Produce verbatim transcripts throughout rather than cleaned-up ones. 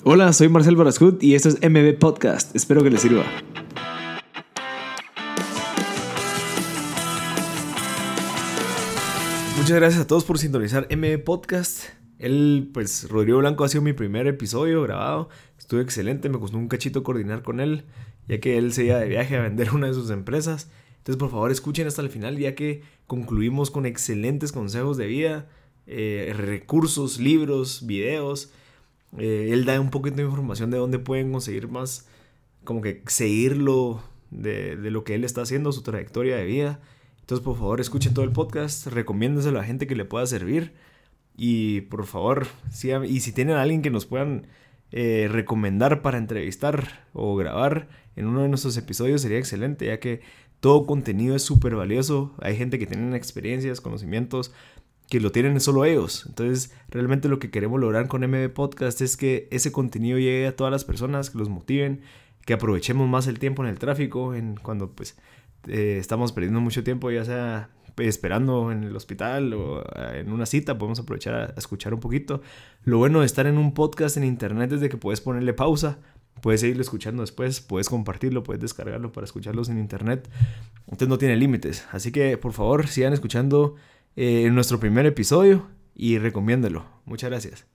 Hola, soy Marcel Barascut y esto es M B Podcast. Espero que les sirva. Muchas gracias a todos por sintonizar M B Podcast. Él, pues, Rodrigo Blanco ha sido mi primer episodio grabado. Estuvo excelente, me costó un cachito coordinar con él, ya que él se iba de viaje a vender una de sus empresas. Entonces, por favor, escuchen hasta el final, ya que concluimos con excelentes consejos de vida, eh, recursos, libros, videos. Eh, él da un poquito de información de dónde pueden conseguir más, como que seguirlo de, de lo que él está haciendo, su trayectoria de vida. Entonces, por favor, escuchen todo el podcast, recomiéndenselo a la gente que le pueda servir. Y por favor, sigan, y si tienen a alguien que nos puedan eh, recomendar para entrevistar o grabar en uno de nuestros episodios, sería excelente, ya que todo contenido es súper valioso. Hay gente que tiene experiencias, conocimientos que lo tienen solo ellos. Entonces, realmente lo que queremos lograr con M B Podcast es que ese contenido llegue a todas las personas, que los motiven, que aprovechemos más el tiempo en el tráfico, en cuando pues eh, estamos perdiendo mucho tiempo, ya sea esperando en el hospital o en una cita, podemos aprovechar a, a escuchar un poquito. Lo bueno de estar en un podcast en internet es de que puedes ponerle pausa, puedes seguirlo escuchando después, puedes compartirlo, puedes descargarlo para escucharlos en internet. Entonces no tiene límites. Así que por favor sigan escuchando eh, en nuestro primer episodio y recomiéndelo. Muchas gracias.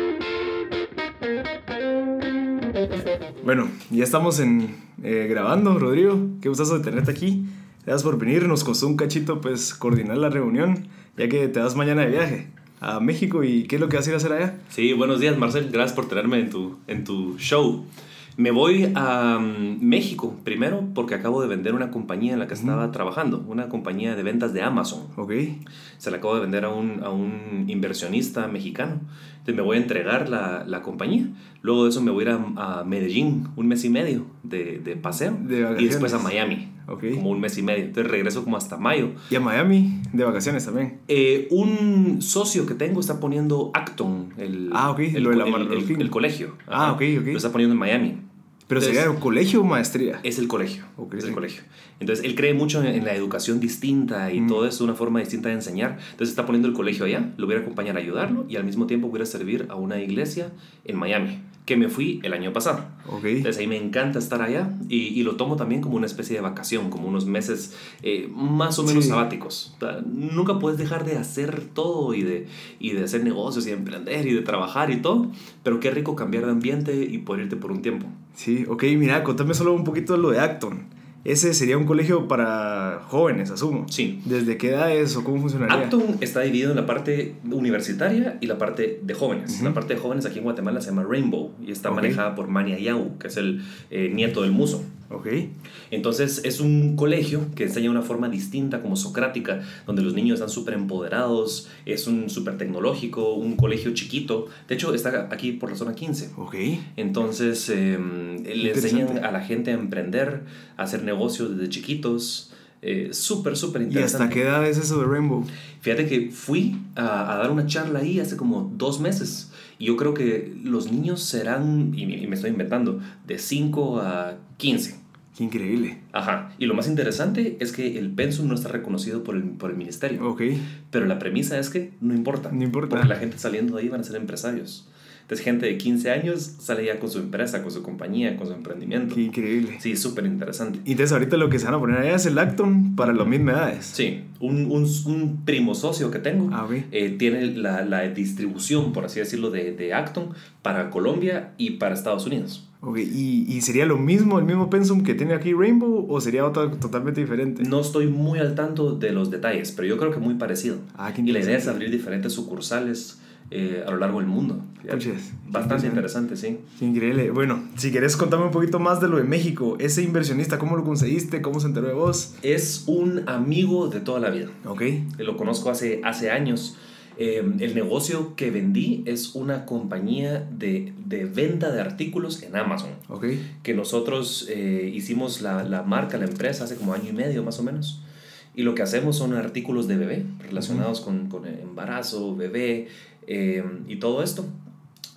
Bueno, ya estamos en, eh, grabando, Rodrigo. Qué gustazo de tenerte aquí. Gracias por venir. Nos costó un cachito pues coordinar la reunión, ya que te vas mañana de viaje a México. ¿Y qué es lo que vas a ir a hacer allá? Sí, buenos días, Marcel. Gracias por tenerme en tu, en tu show. Me voy a um, México primero porque acabo de vender una compañía en la que uh-huh. estaba trabajando, una compañía de ventas de Amazon. Ok. Se la acabo de vender a un, a un inversionista mexicano. Entonces me voy a entregar la, la compañía. Luego de eso me voy a ir a, a Medellín un mes y medio de, de paseo. De vacaciones. Y después a Miami. Okay. Como un mes y medio. Entonces regreso como hasta mayo. ¿Y a Miami de vacaciones también? Eh, un socio que tengo está poniendo Acton, el, ah, okay. el, Lo de la el, el, el colegio. Ah, ok, ok. Lo está poniendo en Miami. ¿Pero Entonces, sería colegio o maestría? Es el colegio, okay. es el colegio. Entonces, él cree mucho en, en la educación distinta y mm. todo eso, una forma distinta de enseñar. Entonces, está poniendo el colegio allá, lo voy a acompañar a ayudarlo y al mismo tiempo voy a servir a una iglesia en Miami, que me fui el año pasado. Okay. Entonces, ahí me encanta estar allá y, y lo tomo también como una especie de vacación, como unos meses eh, más o menos sí. sabáticos. O sea, nunca puedes dejar de hacer todo y de, y de hacer negocios y de emprender y de trabajar y todo, pero qué rico cambiar de ambiente y poder irte por un tiempo. Sí, ok, mira, contame solo un poquito de lo de Acton. Ese sería un colegio para jóvenes, asumo. Sí. ¿Desde qué edades o cómo funcionaría? Acton está dividido en la parte universitaria y la parte de jóvenes. Uh-huh. La parte de jóvenes aquí en Guatemala se llama Rainbow y está okay. manejada por Manny Ayau, que es el eh, nieto del Muso. Ok. Entonces es un colegio que enseña una forma distinta, como socrática, donde los niños están súper empoderados, es un súper tecnológico, un colegio chiquito. De hecho, está aquí por la zona quince. Ok. Entonces eh, le enseñan a la gente a emprender, a hacer negocios desde chiquitos. Eh, súper, súper interesante. ¿Y hasta qué edad es eso de Rainbow? Fíjate que fui a, a dar una charla ahí hace como dos meses. Y yo creo que los niños serán, y, y me estoy inventando, de cinco a quince. ¡Qué increíble! Ajá. Y lo más interesante es que el pensum no está reconocido por el, por el ministerio. Ok. Pero la premisa es que no importa. No importa. Porque la gente saliendo de ahí van a ser empresarios. Entonces, gente de quince años sale ya con su empresa, con su compañía, con su emprendimiento. ¡Qué increíble! Sí, súper interesante. Y entonces ahorita lo que se van a poner allá es el Acton para las mismas edades. Sí. Un, un, un primo socio que tengo ah, okay. eh, tiene la, la distribución, por así decirlo, de, de Acton para Colombia y para Estados Unidos. Ok, ¿Y, ¿y sería lo mismo, el mismo pensum que tiene aquí Rainbow o sería otra totalmente diferente? No estoy muy al tanto de los detalles, pero yo creo que muy parecido. Ah, qué y la idea es abrir diferentes sucursales eh, a lo largo del mundo. Puches, Bastante interesante, sí. Qué increíble. Bueno, si querés contarme un poquito más de lo de México. Ese inversionista, ¿cómo lo conseguiste? ¿Cómo se enteró de vos? Es un amigo de toda la vida. Ok. Lo conozco hace, hace años. Eh, el negocio que vendí es una compañía de, de venta de artículos en Amazon. Okay. Que nosotros eh, hicimos la, la marca, la empresa, hace como año y medio más o menos. Y lo que hacemos son artículos de bebé relacionados uh-huh. con, con el embarazo, bebé eh, y todo esto.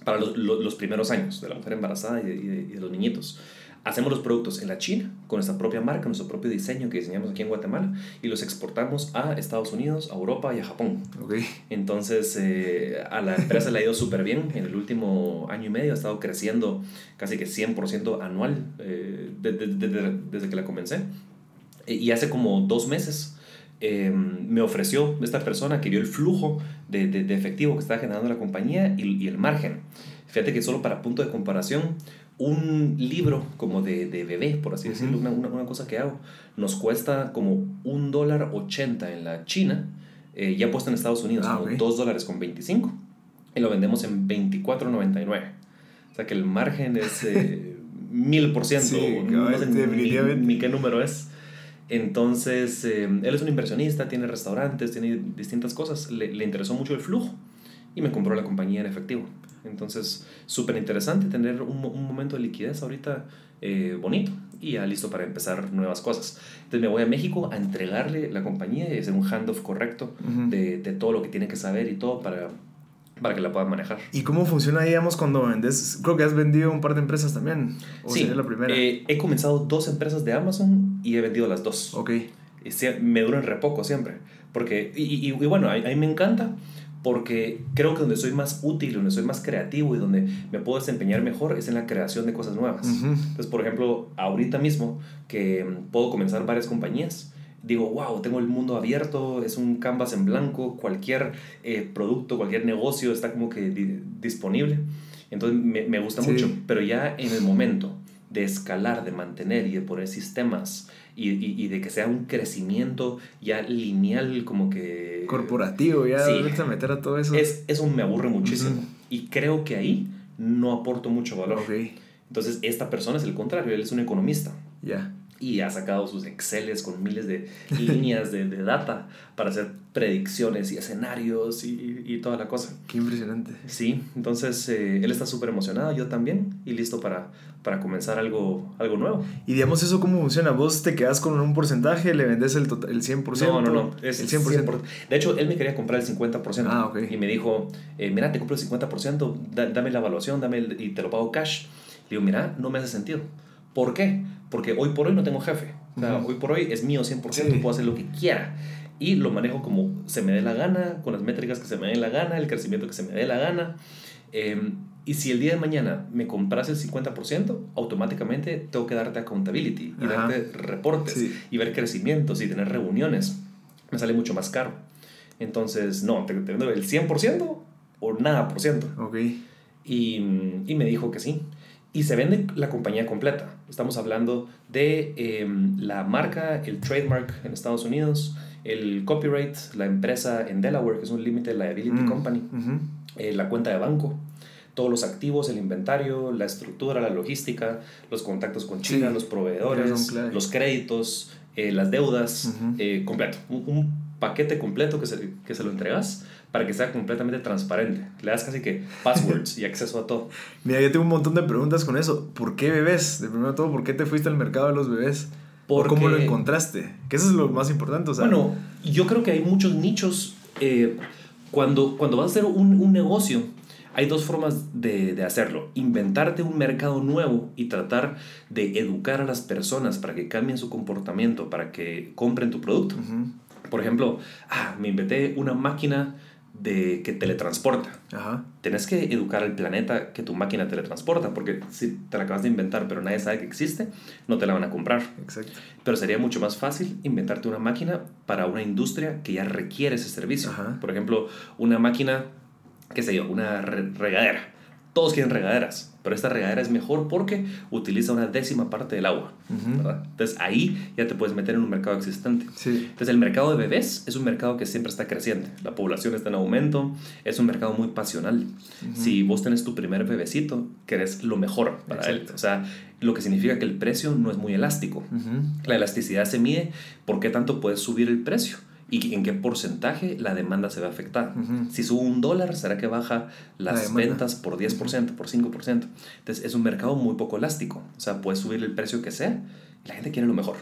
para los, los, los primeros años de la mujer embarazada y de, y, de, y de los niñitos. Hacemos los productos en la China con nuestra propia marca, nuestro propio diseño que diseñamos aquí en Guatemala y los exportamos a Estados Unidos, a Europa y a Japón. Okay. Entonces eh, a la empresa le ha ido súper bien. En el último año y medio ha estado creciendo casi que cien por ciento anual eh, de, de, de, de, desde que la comencé. Y hace como dos meses eh, me ofreció esta persona que vio el flujo de, de, de efectivo que estaba generando la compañía y, y el margen. Fíjate que solo para punto de comparación, un libro como de, de bebé, por así decirlo, uh-huh. una, una, una cosa que hago, nos cuesta como un dólar ochenta en la China, eh, ya puesto en Estados Unidos, ah, como okay. dos dólares con veinticinco, y lo vendemos en veinticuatro noventa y nueve. O sea que el margen es eh, mil por ciento, sí, no sé ni, ni qué número es. Entonces, eh, él es un inversionista, tiene restaurantes, tiene distintas cosas, le, le interesó mucho el flujo y me compró la compañía en efectivo. Entonces, súper interesante tener un, un momento de liquidez ahorita eh, bonito y ya listo para empezar nuevas cosas. Entonces me voy a México a entregarle la compañía y hacer un handoff correcto uh-huh. de, de todo lo que tiene que saber y todo para, para que la pueda manejar. ¿Y cómo funciona, digamos, cuando vendes? Creo que has vendido un par de empresas también. ¿O sí, sería la primera? Eh, he comenzado dos empresas de Amazon y he vendido las dos. Ok. Y me duran re poco siempre. Porque, y, y, y bueno, a, a mí me encanta porque creo que donde soy más útil, donde soy más creativo y donde me puedo desempeñar mejor es en la creación de cosas nuevas. Uh-huh. Entonces, por ejemplo, ahorita mismo que puedo comenzar varias compañías, digo, wow, tengo el mundo abierto, es un canvas en blanco, cualquier eh, producto, cualquier negocio está como que di- disponible. Entonces, me, me gusta sí. mucho, pero ya en el momento de escalar, de mantener y de poner sistemas y, y, y de que sea un crecimiento ya lineal, como que... corporativo, ya sí, a meter a todo eso. Es, eso me aburre muchísimo. Uh-huh. Y creo que ahí no aporto mucho valor. Okay. Entonces, esta persona es el contrario, él es un economista. Ya. Yeah. Y ha sacado sus Exceles con miles de líneas de, de data para hacer predicciones y escenarios y, y toda la cosa. Qué impresionante. Sí, entonces eh, él está súper emocionado, yo también, y listo para, para comenzar algo, algo nuevo. Y digamos, ¿eso cómo funciona? ¿Vos te quedas con un porcentaje, le vendes el, total, el cien por ciento? No, no, no, es el cien por ciento. cien por ciento. De hecho, él me quería comprar el cincuenta por ciento. Ah, ok. Y me dijo, eh, mira, te compro el cincuenta por ciento, da, dame la evaluación, dame el, y te lo pago cash. Le digo, mira, no me hace sentido. ¿Por qué? Porque hoy por hoy no tengo jefe. O sea, uh-huh. hoy por hoy es mío cien por ciento, sí. puedo hacer lo que quiera. Y lo manejo como se me dé la gana, con las métricas que se me dé la gana, el crecimiento que se me dé la gana. Eh, y si el día de mañana me compras el cincuenta por ciento, automáticamente tengo que darte accountability y Ajá. darte reportes sí. y ver crecimientos y tener reuniones. Me sale mucho más caro. Entonces, no, te, te vendo el cien por ciento o nada por ciento. Ok. Y, y me dijo que sí. Y se vende la compañía completa. Estamos hablando de eh, la marca, el trademark en Estados Unidos, el copyright, la empresa en Delaware, que es un Limited Liability mm. Company, uh-huh. eh, la cuenta de banco, todos los activos, el inventario, la estructura, la logística, los contactos con China, sí. los proveedores, los créditos, eh, las deudas, uh-huh. eh, completo. Un, un paquete completo que se, que se lo entregas para que sea completamente transparente. Le das casi que passwords y acceso a todo. Mira, yo tengo un montón de preguntas con eso. ¿Por qué bebés? De primero todo, ¿por qué te fuiste al mercado de los bebés? Porque, ¿cómo lo encontraste? Que eso es lo más importante. O sea, bueno, yo creo que hay muchos nichos. Eh, cuando, cuando vas a hacer un, un negocio, hay dos formas de, de hacerlo. Inventarte un mercado nuevo y tratar de educar a las personas para que cambien su comportamiento, para que compren tu producto. Uh-huh. Por ejemplo, ah, me inventé una máquina de que teletransporta. Ajá. Tenés que educar al planeta que tu máquina teletransporta, porque si te la acabas de inventar pero nadie sabe que existe, no te la van a comprar. Exacto. Pero sería mucho más fácil inventarte una máquina para una industria que ya requiere ese servicio. Ajá. Por ejemplo, una máquina, qué sé yo, una re- regadera. Todos quieren regaderas, pero esta regadera es mejor porque utiliza una décima parte del agua, uh-huh. ¿verdad? Entonces ahí ya te puedes meter en un mercado existente. Sí. Entonces el mercado de bebés es un mercado que siempre está creciente. La población está en aumento, es un mercado muy pasional. Uh-huh. Si vos tenés tu primer bebecito, querés lo mejor para Exacto. él. O sea, lo que significa que el precio no es muy elástico. Uh-huh. La elasticidad se mide por qué tanto puedes subir el precio y en qué porcentaje la demanda se ve afectada. Uh-huh. Si sube un dólar, ¿será que baja las la ventas por diez por ciento, por cinco por ciento? Entonces es un mercado muy poco elástico. O sea, puedes subir el precio que sea y la gente quiere lo mejor.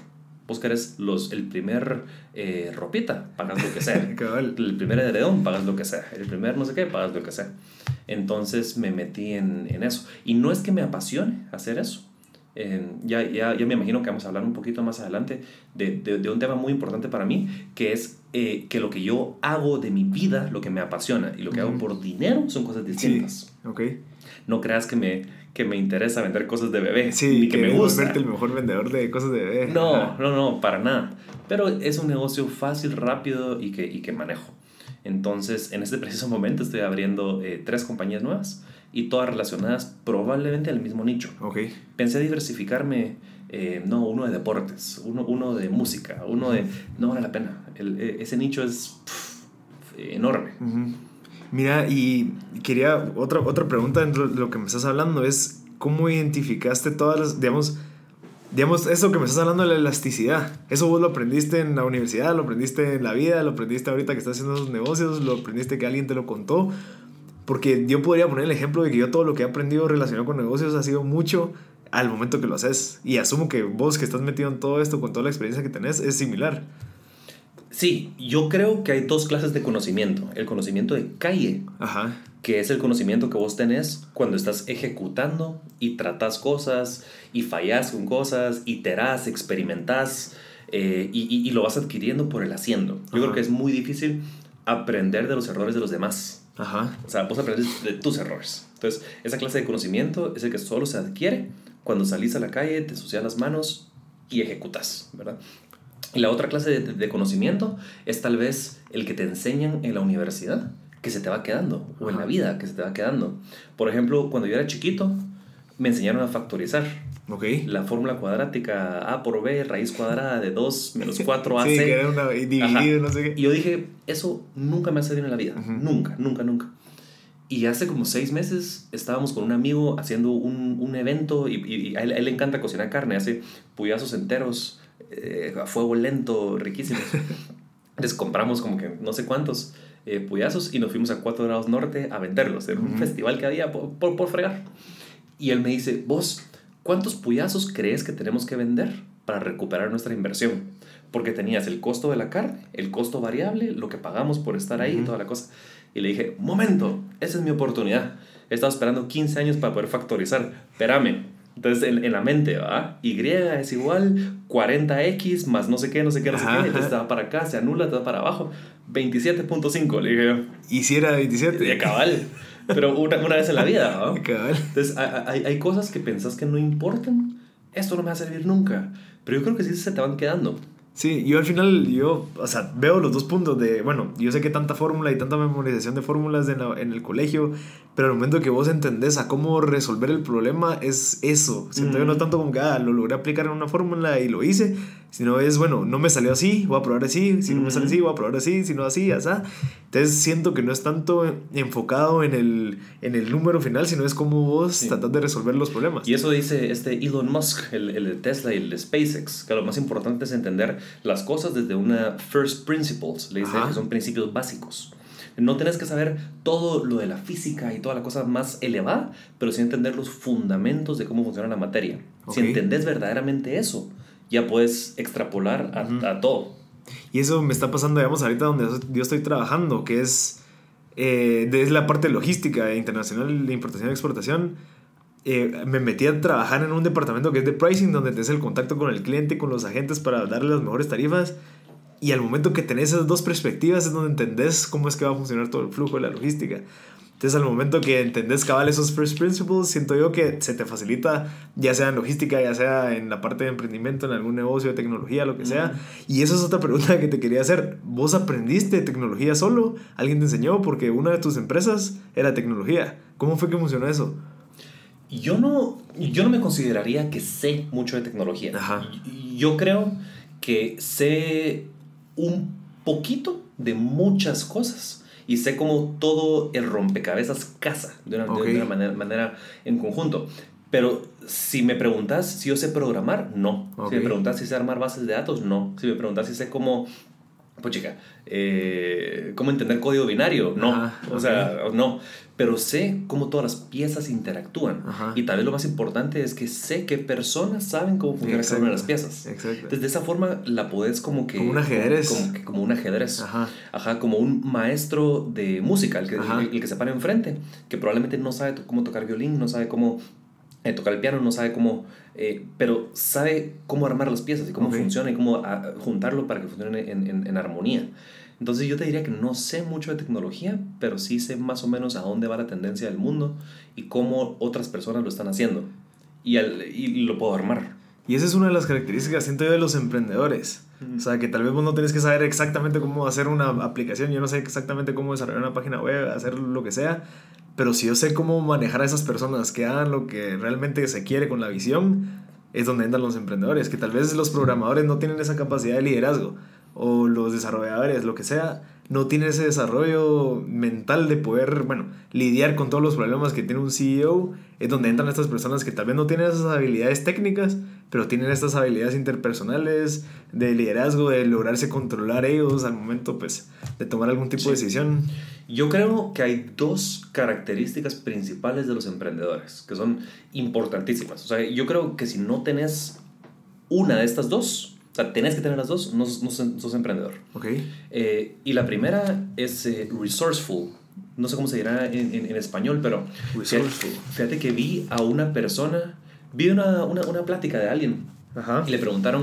Vos querés los, el primer eh, ropita, pagas lo que sea. El primer edredón, pagas lo que sea. El primer no sé qué, pagas lo que sea. Entonces me metí en, en eso. Y no es que me apasione hacer eso. Eh, ya, ya, ya me imagino que vamos a hablar un poquito más adelante de, de, de un tema muy importante para mí, que es eh, que lo que yo hago de mi vida, lo que me apasiona y lo que uh-huh. hago por dinero son cosas distintas. Sí, okay. No creas que me, que me interesa vender cosas de bebé. Sí, ni que, que me gusta. Verte el mejor vendedor de cosas de bebé. No, no, no, para nada. Pero es un negocio fácil, rápido y que, y que manejo. Entonces, en este preciso momento estoy abriendo eh, tres compañías nuevas y todas relacionadas probablemente al mismo nicho. Okay. Pensé diversificarme, eh, no, uno de deportes, uno, uno de música, uno de... No vale la pena. El, ese nicho es pff, enorme. Uh-huh. Mira, y quería... Otra, otra pregunta dentro de lo que me estás hablando es ¿cómo identificaste todas las... digamos... Digamos, eso que me estás hablando de la elasticidad, eso vos lo aprendiste en la universidad, lo aprendiste en la vida, lo aprendiste ahorita que estás haciendo esos negocios, lo aprendiste que alguien te lo contó. Porque yo podría poner el ejemplo de que yo todo lo que he aprendido relacionado con negocios ha sido mucho al momento que lo haces. Y asumo que vos que estás metido en todo esto con toda la experiencia que tenés es similar. Sí, yo creo que hay dos clases de conocimiento. El conocimiento de calle, Ajá. que es el conocimiento que vos tenés cuando estás ejecutando y tratás cosas y fallás con cosas, iterás, experimentás eh, y, y, y lo vas adquiriendo por el haciendo. Yo Ajá. creo que es muy difícil aprender de los errores de los demás. Ajá. O sea, vos aprendes de tus errores. Entonces, esa clase de conocimiento es el que solo se adquiere cuando salís a la calle, te ensucias las manos y ejecutas, ¿verdad? Y la otra clase de, de conocimiento es tal vez el que te enseñan en la universidad, que se te va quedando, o Ajá. en la vida, que se te va quedando. Por ejemplo, cuando yo era chiquito, me enseñaron a factorizar. Okay. La fórmula cuadrática A por B, raíz cuadrada de dos menos cuatro A C. Sí, que era una dividido, no sé qué. Y yo dije, eso nunca me ha salido en la vida. Uh-huh. Nunca, nunca, nunca. Y hace como seis meses estábamos con un amigo haciendo un, un evento y, y, y a, él, a él le encanta cocinar carne, hace puyazos enteros eh, a fuego lento, riquísimos. Entonces compramos como que no sé cuántos eh, puyazos y nos fuimos a cuatro grados norte a venderlos. Era un uh-huh. festival que había por, por, por fregar. Y él me dice, vos... ¿cuántos puyazos crees que tenemos que vender para recuperar nuestra inversión? Porque tenías el costo de la carne, el costo variable, lo que pagamos por estar ahí y uh-huh. toda la cosa. Y le dije, momento, esa es mi oportunidad. He estado esperando quince años para poder factorizar. Espérame. Entonces, en, en la mente, ¿va? Y es igual cuarenta equis más no sé qué, no sé qué, no sé qué. Entonces, te va para acá, se anula, te va para abajo. veintisiete punto cinco, le dije yo. ¿Y si era veintisiete? De cabal. Pero una, una vez en la vida, ¿no? Cabal. Entonces, hay, hay cosas que pensás que no importan. Esto no me va a servir nunca. Pero yo creo que sí se te van quedando. Sí, yo al final, yo, o sea, veo los dos puntos de, bueno, yo sé que tanta fórmula y tanta memorización de fórmulas en, la, en el colegio, pero al momento que vos entendés a cómo resolver el problema es eso. Siento mm. yo no tanto como que, ah, lo logré aplicar en una fórmula y lo hice, sino es, bueno, no me salió así, voy a probar así, si no me sale así, voy a probar así, si no así, así. Entonces siento que no es tanto enfocado en el, en el número final, sino es como vos sí. tratás de resolver los problemas. Y eso dice este Elon Musk, el, el de Tesla y el de SpaceX, que lo más importante es entender las cosas desde una first principles, le dice Ajá. que son principios básicos. No tenés que saber todo lo de la física y toda la cosa más elevada, pero sí entender los fundamentos de cómo funciona la materia. Okay. Si entendés verdaderamente eso, ya puedes extrapolar a, uh-huh. a todo. Y eso me está pasando, digamos, ahorita donde yo estoy trabajando, que es, eh, es la parte logística internacional de importación y exportación. Eh, me metí a trabajar en un departamento que es de pricing, donde tenés el contacto con el cliente, con los agentes para darle las mejores tarifas. Y al momento que tenés esas dos perspectivas es donde entendés cómo es que va a funcionar todo el flujo de la logística. Entonces al momento que entendés cabal esos first principles, siento yo que se te facilita, ya sea en logística, ya sea en la parte de emprendimiento, en algún negocio de tecnología, lo que sea. Mm. Y eso es otra pregunta que te quería hacer. ¿Vos aprendiste tecnología solo? ¿Alguien te enseñó? Porque una de tus empresas era tecnología. ¿Cómo fue que funcionó eso? Yo no, yo no me consideraría que sé mucho de tecnología. Ajá. Yo creo que sé un poquito de muchas cosas y sé cómo todo el rompecabezas casa de una, okay. de una manera, manera en conjunto. Pero si me preguntas si yo sé programar, no. Okay. Si me preguntas si sé armar bases de datos, no. Si me preguntas si sé cómo pues chica, eh, ¿cómo entender código binario? No, Ajá, o sea, no. Pero sé cómo todas las piezas interactúan. Ajá. Y tal vez lo más importante es que sé que personas saben cómo funciona cada una de las piezas. Exacto. Entonces, de esa forma la podés como que... Como un ajedrez. Como, como, como un ajedrez. Ajá. Ajá, como un maestro de música, el que, el, el que se para enfrente, que probablemente no sabe cómo tocar violín, no sabe cómo... Eh, tocar el piano, no sabe cómo, eh, pero sabe cómo armar las piezas y cómo okay. funciona y cómo a, juntarlo para que funcione en, en, en armonía. Entonces yo te diría que no sé mucho de tecnología, pero sí sé más o menos a dónde va la tendencia del mundo y cómo otras personas lo están haciendo. Y, al, y lo puedo armar. Y esa es una de las características, siento yo, de los emprendedores. Mm. O sea, que tal vez vos no tenés que saber exactamente cómo hacer una aplicación. Yo no sé exactamente cómo desarrollar una página web, hacer lo que sea. Pero si yo sé cómo manejar a esas personas que hagan lo que realmente se quiere con la visión, es donde entran los emprendedores. Que tal vez los programadores no tienen esa capacidad de liderazgo. O los desarrolladores, lo que sea, no tienen ese desarrollo mental de poder, bueno, lidiar con todos los problemas que tiene un C E O. Es donde entran estas personas que tal vez no tienen esas habilidades técnicas, pero tienen estas habilidades interpersonales, de liderazgo, de lograrse controlar ellos al momento, pues, de tomar algún tipo sí. de decisión. Yo creo que hay dos características principales de los emprendedores que son importantísimas. O sea, yo creo que si no tenés una de estas dos, o sea, tenés que tener las dos, no, no, no sos emprendedor. Okay. Eh, y la primera es eh, resourceful. No sé cómo se dirá en, en, en español, pero resourceful. Fíjate, fíjate que vi a una persona, vi una, una, una plática de alguien. Ajá. Y le preguntaron,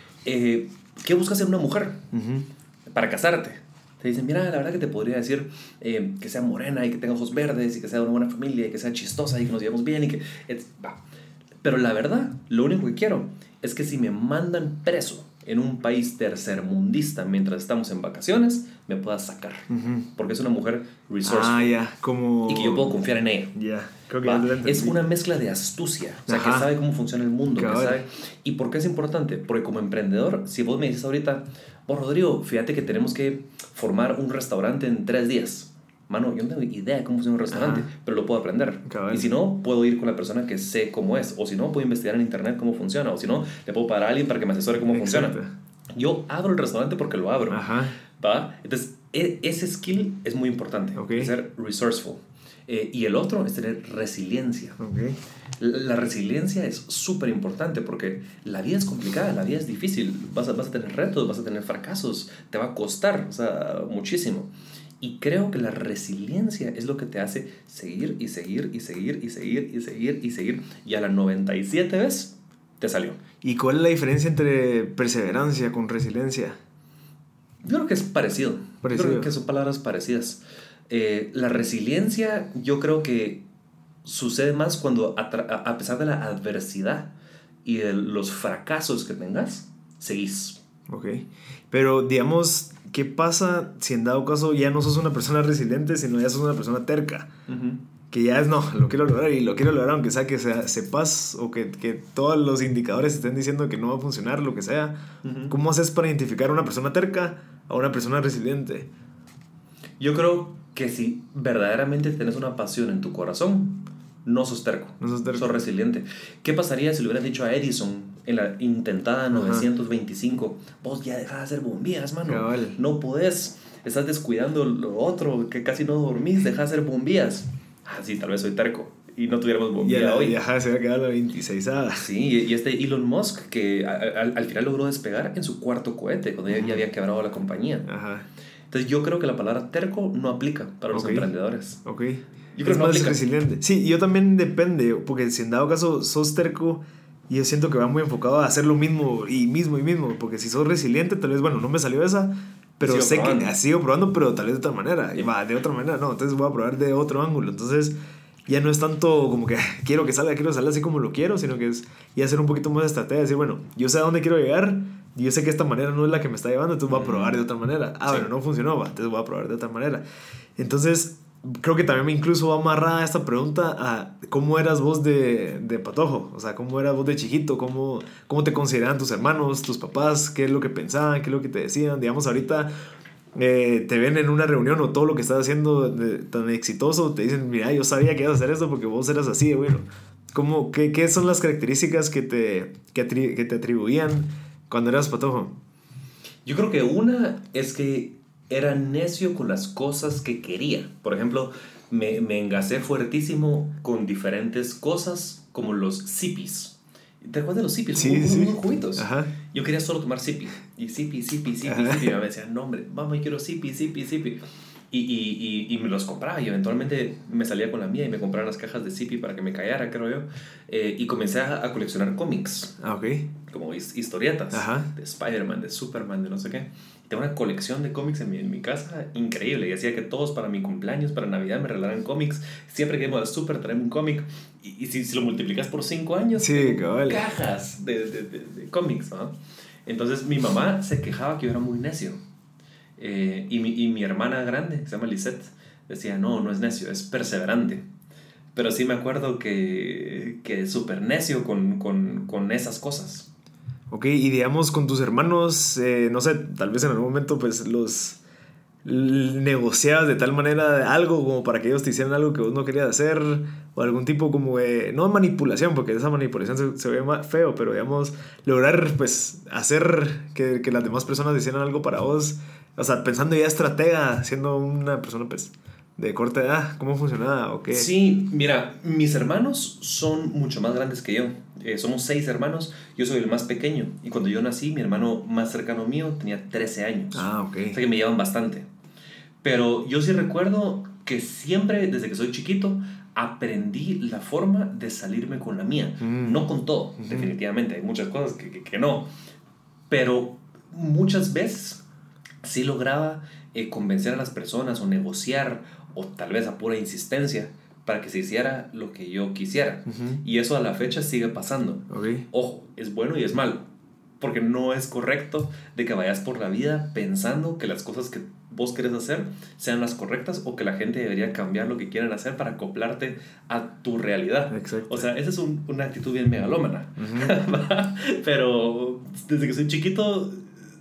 eh, ¿qué busca ser una mujer uh-huh. para casarte? Te dicen, mira, la verdad que te podría decir eh, que sea morena y que tenga ojos verdes y que sea de una buena familia y que sea chistosa y que nos llevemos bien y que... Es, bah. Pero la verdad, lo único que quiero es que si me mandan preso en un país tercermundista mientras estamos en vacaciones, me pueda sacar. Uh-huh. Porque es una mujer resourceful. Ah, ya, yeah. Como... Y que yo puedo confiar en ella. Ya, yeah. Creo que ¿Va? ya Es una mezcla de astucia. O sea, Ajá. que sabe cómo funciona el mundo. Que sabe... ¿Y por qué es importante? Porque como emprendedor, si vos me dices ahorita, oh, Rodrigo, fíjate que tenemos que formar un restaurante en tres días. Mano, yo no tengo idea de cómo funciona un restaurante, Ajá. pero lo puedo aprender. Cabal. Y si no, puedo ir con la persona que sé cómo es. O si no, puedo investigar en internet cómo funciona. O si no, le puedo pagar a alguien para que me asesore cómo Exacto. funciona. Yo abro el restaurante porque lo abro. Ajá. ¿Va? Entonces, e- ese skill es muy importante. Okay. Ser resourceful. Eh, y el otro es tener resiliencia. Okay. La, la resiliencia es súper importante porque la vida es complicada, la vida es difícil. Vas a, vas a tener retos, vas a tener fracasos, te va a costar, o sea, muchísimo. Y creo que la resiliencia es lo que te hace seguir y seguir y seguir y seguir y seguir y seguir. Y a la noventa y siete vez te salió. ¿Y cuál es la diferencia entre perseverancia con resiliencia? Yo creo que es parecido. parecido. Yo creo que son palabras parecidas. Eh, la resiliencia yo creo que sucede más cuando a, tra- a pesar de la adversidad y de los fracasos que tengas, seguís. Ok. Pero digamos, ¿qué pasa si en dado caso ya no sos una persona resiliente, sino ya sos una persona terca? Uh-huh. Que ya es, no, lo quiero lograr y lo quiero lograr aunque sea que sea, sepas o que, que todos los indicadores estén diciendo que no va a funcionar, lo que sea. Uh-huh. ¿Cómo haces para identificar a una persona terca a una persona resiliente? Yo creo que si verdaderamente tenés una pasión en tu corazón, no sos terco, no sos terco, sos resiliente. ¿Qué pasaría si le hubieras dicho a Edison en la intentada Ajá. novecientos veinticinco, vos ya dejás de hacer bombillas, mano, Cabal. no podés, estás descuidando lo otro, que casi no dormís, dejás de hacer bombillas? Ah, sí, tal vez soy terco y no tuviéramos bombilla hoy. Y ajá, se va a quedar la veintiseisada. Sí, y este Elon Musk que al, al final logró despegar en su cuarto cohete cuando ya, ya había quebrado la compañía. Ajá. Entonces yo creo que la palabra terco no aplica para los okay. emprendedores. Ok. Yo creo es que no más aplica. resiliente. Sí, yo también depende, porque si en dado caso sos terco, yo siento que va muy enfocado a hacer lo mismo y mismo y mismo, porque si sos resiliente, tal vez, bueno, no me salió esa, pero sigo sé probando. que sigo probando, pero tal vez de otra manera. Sí. Va, de otra manera, no, entonces voy a probar de otro ángulo. Entonces ya no es tanto como que quiero que salga, quiero que salga así como lo quiero, sino que es ya hacer un poquito más de estrategia, decir, bueno, yo sé a dónde quiero llegar, yo sé que esta manera no es la que me está llevando, entonces voy a probar de otra manera. Ah, sí. Bueno, no funcionó, va, entonces voy a probar de otra manera. Entonces, creo que también me incluso va amarrada esta pregunta a cómo eras vos de, de patojo, o sea, cómo eras vos de chiquito, cómo, cómo te consideraban tus hermanos, tus papás, qué es lo que pensaban, qué es lo que te decían. Digamos, ahorita eh, te ven en una reunión o todo lo que estás haciendo de, tan exitoso, te dicen, mira, yo sabía que ibas a hacer esto porque vos eras así, bueno. ¿Cómo, qué, ¿Qué son las características que te, que, atri, que te atribuían cuando eras patojo? Yo creo que una es que era necio con las cosas que quería. Por ejemplo, me, me engasé fuertísimo con diferentes cosas como los sipis. ¿Te acuerdas de los sipis? Sí, unos, sí. unos juguitos. Ajá. Yo quería solo tomar sipi. Y sipi, sipi, sipi, Ajá. sipi. Y me decían, no hombre, vamos, yo quiero sipi, sipi, sipi. Y, y, y, y me los compraba y eventualmente me salía con la mía y me compraba las cajas de sipi para que me callara, creo yo. Eh, y comencé a, a coleccionar cómics. Ah, ok. Como his- historietas. Ajá. De Spider-Man, de Superman, de no sé qué. Tengo una colección de cómics en mi, en mi casa increíble. Y hacía que todos para mi cumpleaños, para Navidad, me regalaran cómics. Siempre que íbamos al súper, traemos un cómic. Y, y si, si lo multiplicas por cinco años, Sí, cabal. cajas de, de, de, de cómics, ¿no? Entonces mi mamá se quejaba que yo era muy necio. Eh, y, mi, y mi hermana grande, que se llama Lisette, decía, no, no es necio, es perseverante. Pero sí me acuerdo que, que súper necio con, con, con esas cosas. Ok, y digamos con tus hermanos, eh, no sé, tal vez en algún momento pues los l- negociabas de tal manera algo como para que ellos te hicieran algo que vos no querías hacer, o algún tipo como de, no manipulación, porque esa manipulación se, se ve más feo, pero digamos lograr pues hacer que, que las demás personas hicieran algo para vos, o sea, pensando ya estratega, siendo una persona pues de corta edad, ¿cómo funcionaba o qué? Sí, mira, mis hermanos son mucho más grandes que yo. Eh, somos seis hermanos, yo soy el más pequeño. Y cuando yo nací, mi hermano más cercano mío tenía trece años. Ah, ok. O sea que me llevan bastante. Pero yo sí recuerdo que siempre, desde que soy chiquito, aprendí la forma de salirme con la mía. Mm. No con todo, Ujú. definitivamente. Hay muchas cosas que, que, que no. Pero muchas veces sí lograba eh, convencer a las personas o negociar, o tal vez a pura insistencia, para que se hiciera lo que yo quisiera. Ujú. Y eso a la fecha sigue pasando. Ok. Ojo, es bueno y es malo, porque no es correcto de que vayas por la vida pensando que las cosas que vos querés hacer sean las correctas, o que la gente debería cambiar lo que quieren hacer para acoplarte a tu realidad. Exacto. O sea, esa es un, una actitud bien megalómana. Ujú. Pero desde que soy chiquito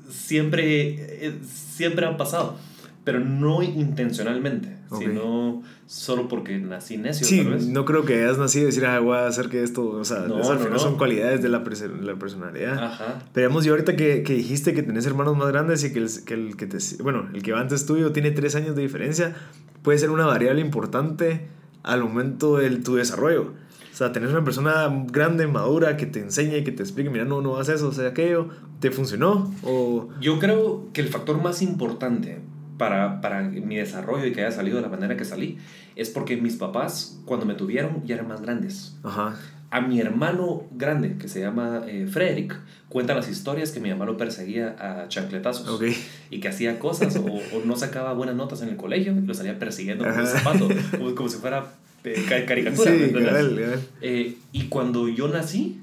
siempre, eh, siempre ha pasado, pero no intencionalmente, Ok. sino solo porque nací necio, Sí, tal vez. no creo que hayas nacido y decir, ah, voy a hacer que esto, o sea, No, esas al no, final no. son cualidades de la, perso- la personalidad. Ajá. Pero digamos, yo ahorita que, que dijiste que tenés hermanos más grandes y que el que, el que te, bueno, el que va antes tuyo tiene tres años de diferencia, puede ser una variable importante al momento de tu desarrollo. O sea, tener una persona grande, madura, que te enseñe, que te explique, mira, no, no hagas eso, o sea, aquello, ¿te funcionó? O... Yo creo que el factor más importante para, para mi desarrollo y que haya salido de la manera que salí es porque mis papás, cuando me tuvieron, ya eran más grandes. Ajá. A mi hermano grande, que se llama eh, Frederick, cuenta las historias que mi mamá lo perseguía a chancletazos. Ok. Y que hacía cosas o, o no sacaba buenas notas en el colegio y lo salía persiguiendo con Ajá. un zapato, como, como si fuera eh, ca- caricatura. Sí, ¿me entiendes? cabal, cabal. Eh, y cuando yo nací,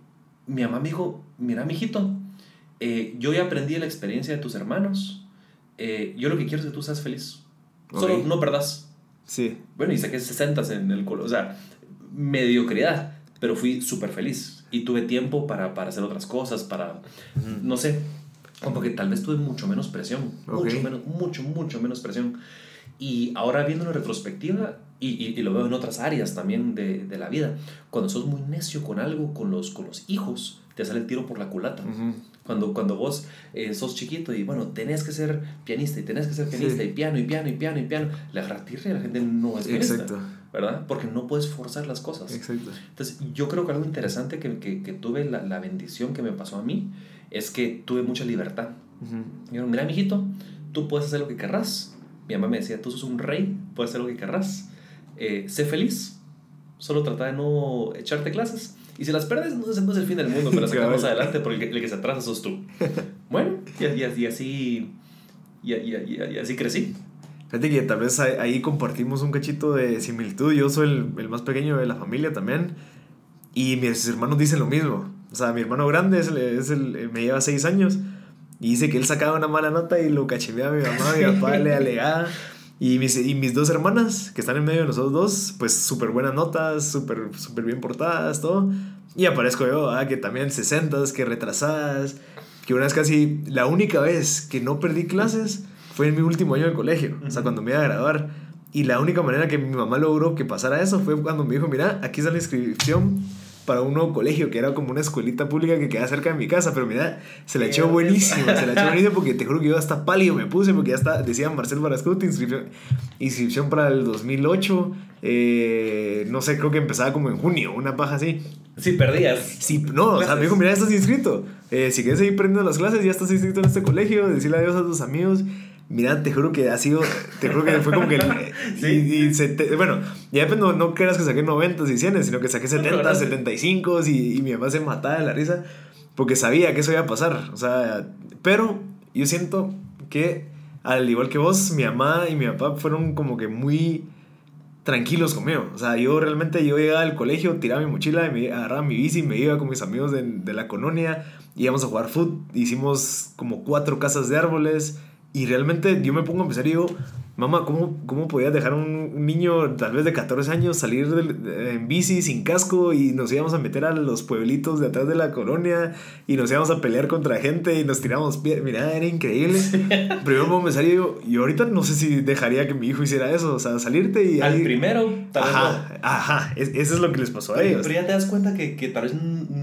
mi mamá me dijo, mira, mijito, eh, yo ya aprendí la experiencia de tus hermanos. Eh, yo lo que quiero es que tú seas feliz. Solo Ok. no perdas. Sí. Bueno, y saqué sesenta en el colegio. O sea, mediocridad. Pero fui súper feliz. Y tuve tiempo para, para hacer otras cosas, para, Ujú. no sé, como que tal vez tuve mucho menos presión. Ok. Mucho menos, mucho, mucho menos presión. Y ahora viendo en retrospectiva, y, y, y lo veo en otras áreas también de, de la vida, cuando sos muy necio con algo, con los, con los hijos, te sale el tiro por la culata. Ujú. Cuando, cuando vos eh, sos chiquito y bueno, tenés que ser pianista y tenés que ser pianista Sí. y piano y piano y piano y piano, le agarra tirria y la gente no es pianista, Exacto. ¿verdad? Porque no puedes forzar las cosas. Exacto. Entonces, yo creo que algo interesante que, que, que tuve, la, la bendición que me pasó a mí, es que tuve mucha libertad. Ujú. Yo, mira, mijito, tú puedes hacer lo que querrás. Mi mamá me decía, tú sos un rey, puedes hacer lo que querrás. Eh, sé feliz, solo trata de no echarte clases. Y si las perdes, no es, no es el fin del mundo, pero sacamos adelante porque el que, el que se atrasa sos tú. Bueno, y, y, y así, y, y, y, y así crecí. Fíjate que tal vez ahí, ahí compartimos un cachito de similitud. Yo soy el, el más pequeño de la familia también. Y mis hermanos dicen lo mismo. O sea, mi hermano grande es el, es el, me lleva seis años. Y dice que él sacaba una mala nota y lo cachiveaba a mi mamá, mi papá le alegaba. Y mis, y mis dos hermanas, que están en medio de nosotros dos, pues súper buenas notas, súper super bien portadas, todo. Y aparezco yo, ah, que también sesentas, que retrasadas. Que una vez casi, la única vez que no perdí clases fue en mi último año de colegio. O sea, cuando me iba a graduar. Y la única manera que mi mamá logró que pasara eso fue cuando me dijo, mira, aquí está la inscripción para un nuevo colegio que era como una escuelita pública que quedaba cerca de mi casa, pero mira, se la echó buenísima, se la echó buenísima porque te juro que yo hasta pálido me puse porque ya está, decía Marcel Barascut, inscripción, inscripción para el dos mil ocho, eh, no sé, creo que empezaba como en junio, una paja así. Sí, perdías. Sí, no, o sea, me dijo, mira, estás inscrito, eh, si quieres seguir prendiendo las clases, ya estás inscrito en este colegio, decirle adiós a tus amigos. Mira, te juro que ha sido, te juro que fue como que, sí. y, y sete, bueno, ya pues no, no creas que saqué noventa y cien, sino que saqué setenta, setenta y cinco y, y mi mamá se mataba de la risa porque sabía que eso iba a pasar, o sea, pero yo siento que al igual que vos, mi mamá y mi papá fueron como que muy tranquilos conmigo, o sea, yo realmente yo llegaba al colegio, tiraba mi mochila, y me agarraba mi bici, me iba con mis amigos de, de la colonia, íbamos a jugar fútbol, hicimos como cuatro casas de árboles. Y realmente yo me pongo a pensar y digo, mamá, ¿cómo, cómo podías dejar a un, un niño tal vez de catorce años salir de, de, en bici sin casco y nos íbamos a meter a los pueblitos de atrás de la colonia y nos íbamos a pelear contra gente y nos tirábamos piedras? Mira, era increíble. Pero yo me pongo a pensar y digo, y ahorita no sé si dejaría que mi hijo hiciera eso, o sea, salirte y... Al ahí... primero, tal vez ajá, no. Ajá, es, eso es lo que les pasó pero, a ellos. Pero ya te das cuenta que, que tal vez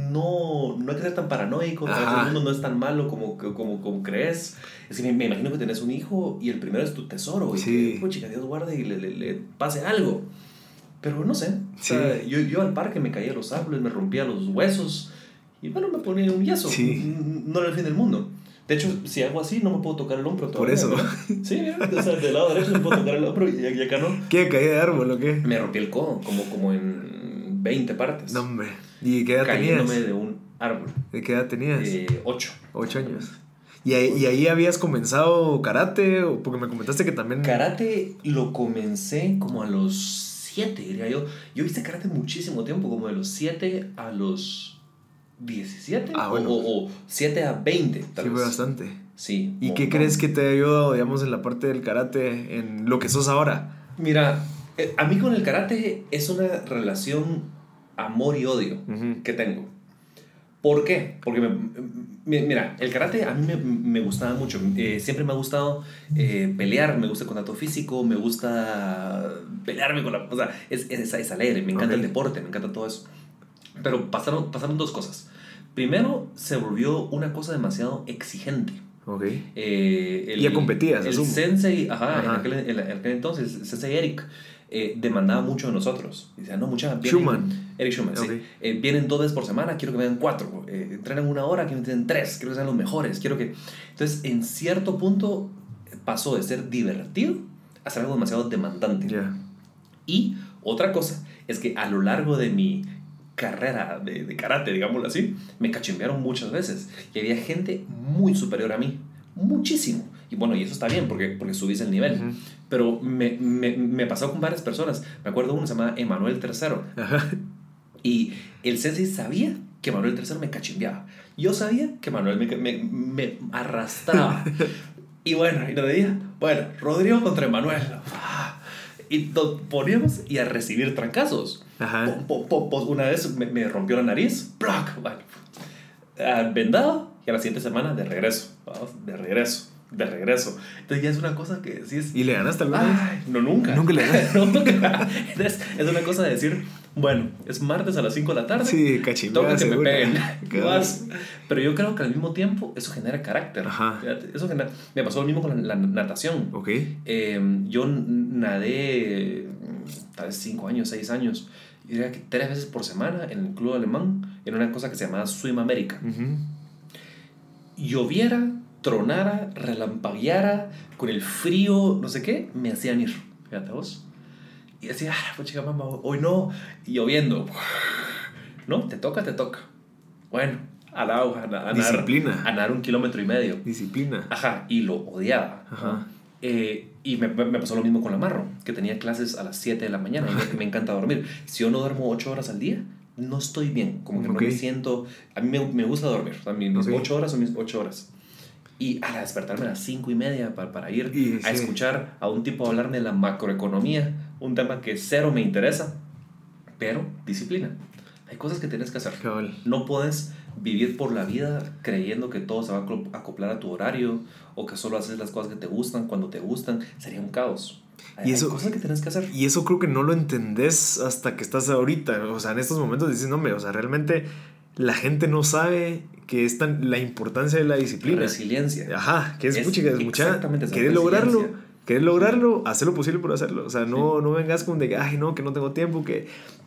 no, no hay que ser tan paranoico, tal vez el mundo no es tan malo como, como, como crees. Es que me, me imagino que tenés un hijo y el primero es tu tesoro. Y sí. que, puchica, Dios guarde y le, le, le pase algo. Pero no sé. Sí. O sea, yo, yo al parque me caía los árboles, me rompía los huesos. Y bueno, me ponía un yeso. Sí. No era el fin del mundo. De hecho, si hago así, no me puedo tocar el hombro todavía. Por eso. ¿verdad? Sí, mira. O sea, del lado derecho me puedo tocar el hombro y, y acá no. ¿Qué? ¿Caída de árbol o qué? Me rompí el codo, como, como en veinte partes. No, hombre. ¿Y qué edad tenías? Cayéndome de un árbol. ¿De qué edad tenías? Eh, ocho. Ocho años. ¿Y ahí, ¿Y ahí habías comenzado karate? Porque me comentaste que también... Karate lo comencé como a los siete, diría yo. Yo hice karate muchísimo tiempo, como de los siete a los diecisiete. Ah, bueno. O, o siete a veinte, tal sí, vez. fue bastante. Sí. ¿Y qué crees que te ha ayudado, digamos, en la parte del karate, en lo que sos ahora? Mira, a mí con el karate es una relación amor y odio uh-huh. que tengo. ¿Por qué? Porque, me, me, mira, el karate a mí me, me gustaba mucho. Eh, siempre me ha gustado eh, pelear, me gusta el contacto físico, me gusta pelearme con la... O sea, es, es, es alegre, me encanta okay. el deporte, me encanta todo eso. Pero pasaron, pasaron dos cosas. Primero, se volvió una cosa demasiado exigente. Okay. Eh, el, y ya competías, El asumo. sensei, ajá, ajá. En, aquel, en, en aquel entonces, el sensei Eric, eh, demandaba mucho de nosotros. Decía, no, mucha... Schumann. Eric Schumann, okay. sí. Eh, vienen dos veces por semana, quiero que vengan cuatro. Eh, entrenan una hora, quiero que vengan tres. Quiero que sean los mejores. Quiero que... Entonces, en cierto punto, pasó de ser divertido a ser algo demasiado demandante. Yeah. Y otra cosa es que a lo largo de mi carrera de, de karate, digámoslo así, me cachimbearon muchas veces. Y había gente muy superior a mí. Muchísimo. Y bueno, y eso está bien porque, porque subís el nivel. Uh-huh. Pero me, me, me pasó con varias personas. Me acuerdo uno, se llama Emanuel tercero. Uh-huh. Y el sensei sabía que Manuel tercero me cachimbeaba. Yo sabía que Manuel me, me, me arrastraba. Y bueno, y nos decía, bueno, Rodrigo contra Emanuel. Y nos poníamos y a recibir trancazos. Uh-huh. Po, po, po, una vez me, me rompió la nariz. ¡Plac! Bueno, vendado. Y a la siguiente semana de regreso. Vamos, de regreso. De regreso. Entonces ya es una cosa que sí es... ¿Y le ganaste alguna vez? No, nunca. Nunca le ganaste. Nunca. Entonces es una cosa de decir, bueno, es martes a las cinco de la tarde. Sí, cachimba. Toca que seguro. me peguen. ¿Qué vas? Pero yo creo que al mismo tiempo eso genera carácter. Ajá. Eso genera... Me pasó lo mismo con la, la natación. Ok. Eh, yo nadé tal vez cinco años, seis años. Yo diría que tres veces por semana en el club alemán. En una cosa que se llamaba Swim America. Uh-huh. Lloviera, tronara, relampagueara, con el frío, no sé qué, me hacían ir. Fíjate vos. Y decía, ah, pues chica mamá, hoy no. Y lloviendo. No, te toca, te toca. Bueno, al agua, a, a, a Disciplina. nadar, a nadar un kilómetro y medio. Disciplina. Ajá, y lo odiaba. Ajá. Eh, y me, me pasó lo mismo con la marro, que tenía clases a las siete de la mañana y me, me encanta dormir. Si yo no duermo ocho horas al día, no estoy bien, como que okay. no me siento... A mí me, me gusta dormir, o sea, mis okay. ocho horas son mis ocho horas. Y a despertarme a las cinco y media para, para ir y, a sí. escuchar a un tipo hablarme de la macroeconomía, un tema que cero me interesa, pero disciplina. Hay cosas que tienes que hacer. Cabal. No puedes vivir por la vida creyendo que todo se va a acoplar a tu horario o que solo haces las cosas que te gustan cuando te gustan. Sería un caos. Hay, y eso, hay cosas que tienes que hacer. Y eso creo que no lo entendés hasta que estás ahorita. O sea, en estos momentos dices, no, hombre, o sea, realmente la gente no sabe que es tan, la importancia de la disciplina. Resiliencia. Ajá, que es, Es puchica, es mucha. exactamente esa ¿Querés resiliencia. lograrlo? ¿Querés lograrlo? Haz lo posible por hacerlo. O sea, no, Sí. no vengas con de que, ay, no, que no tengo tiempo, que,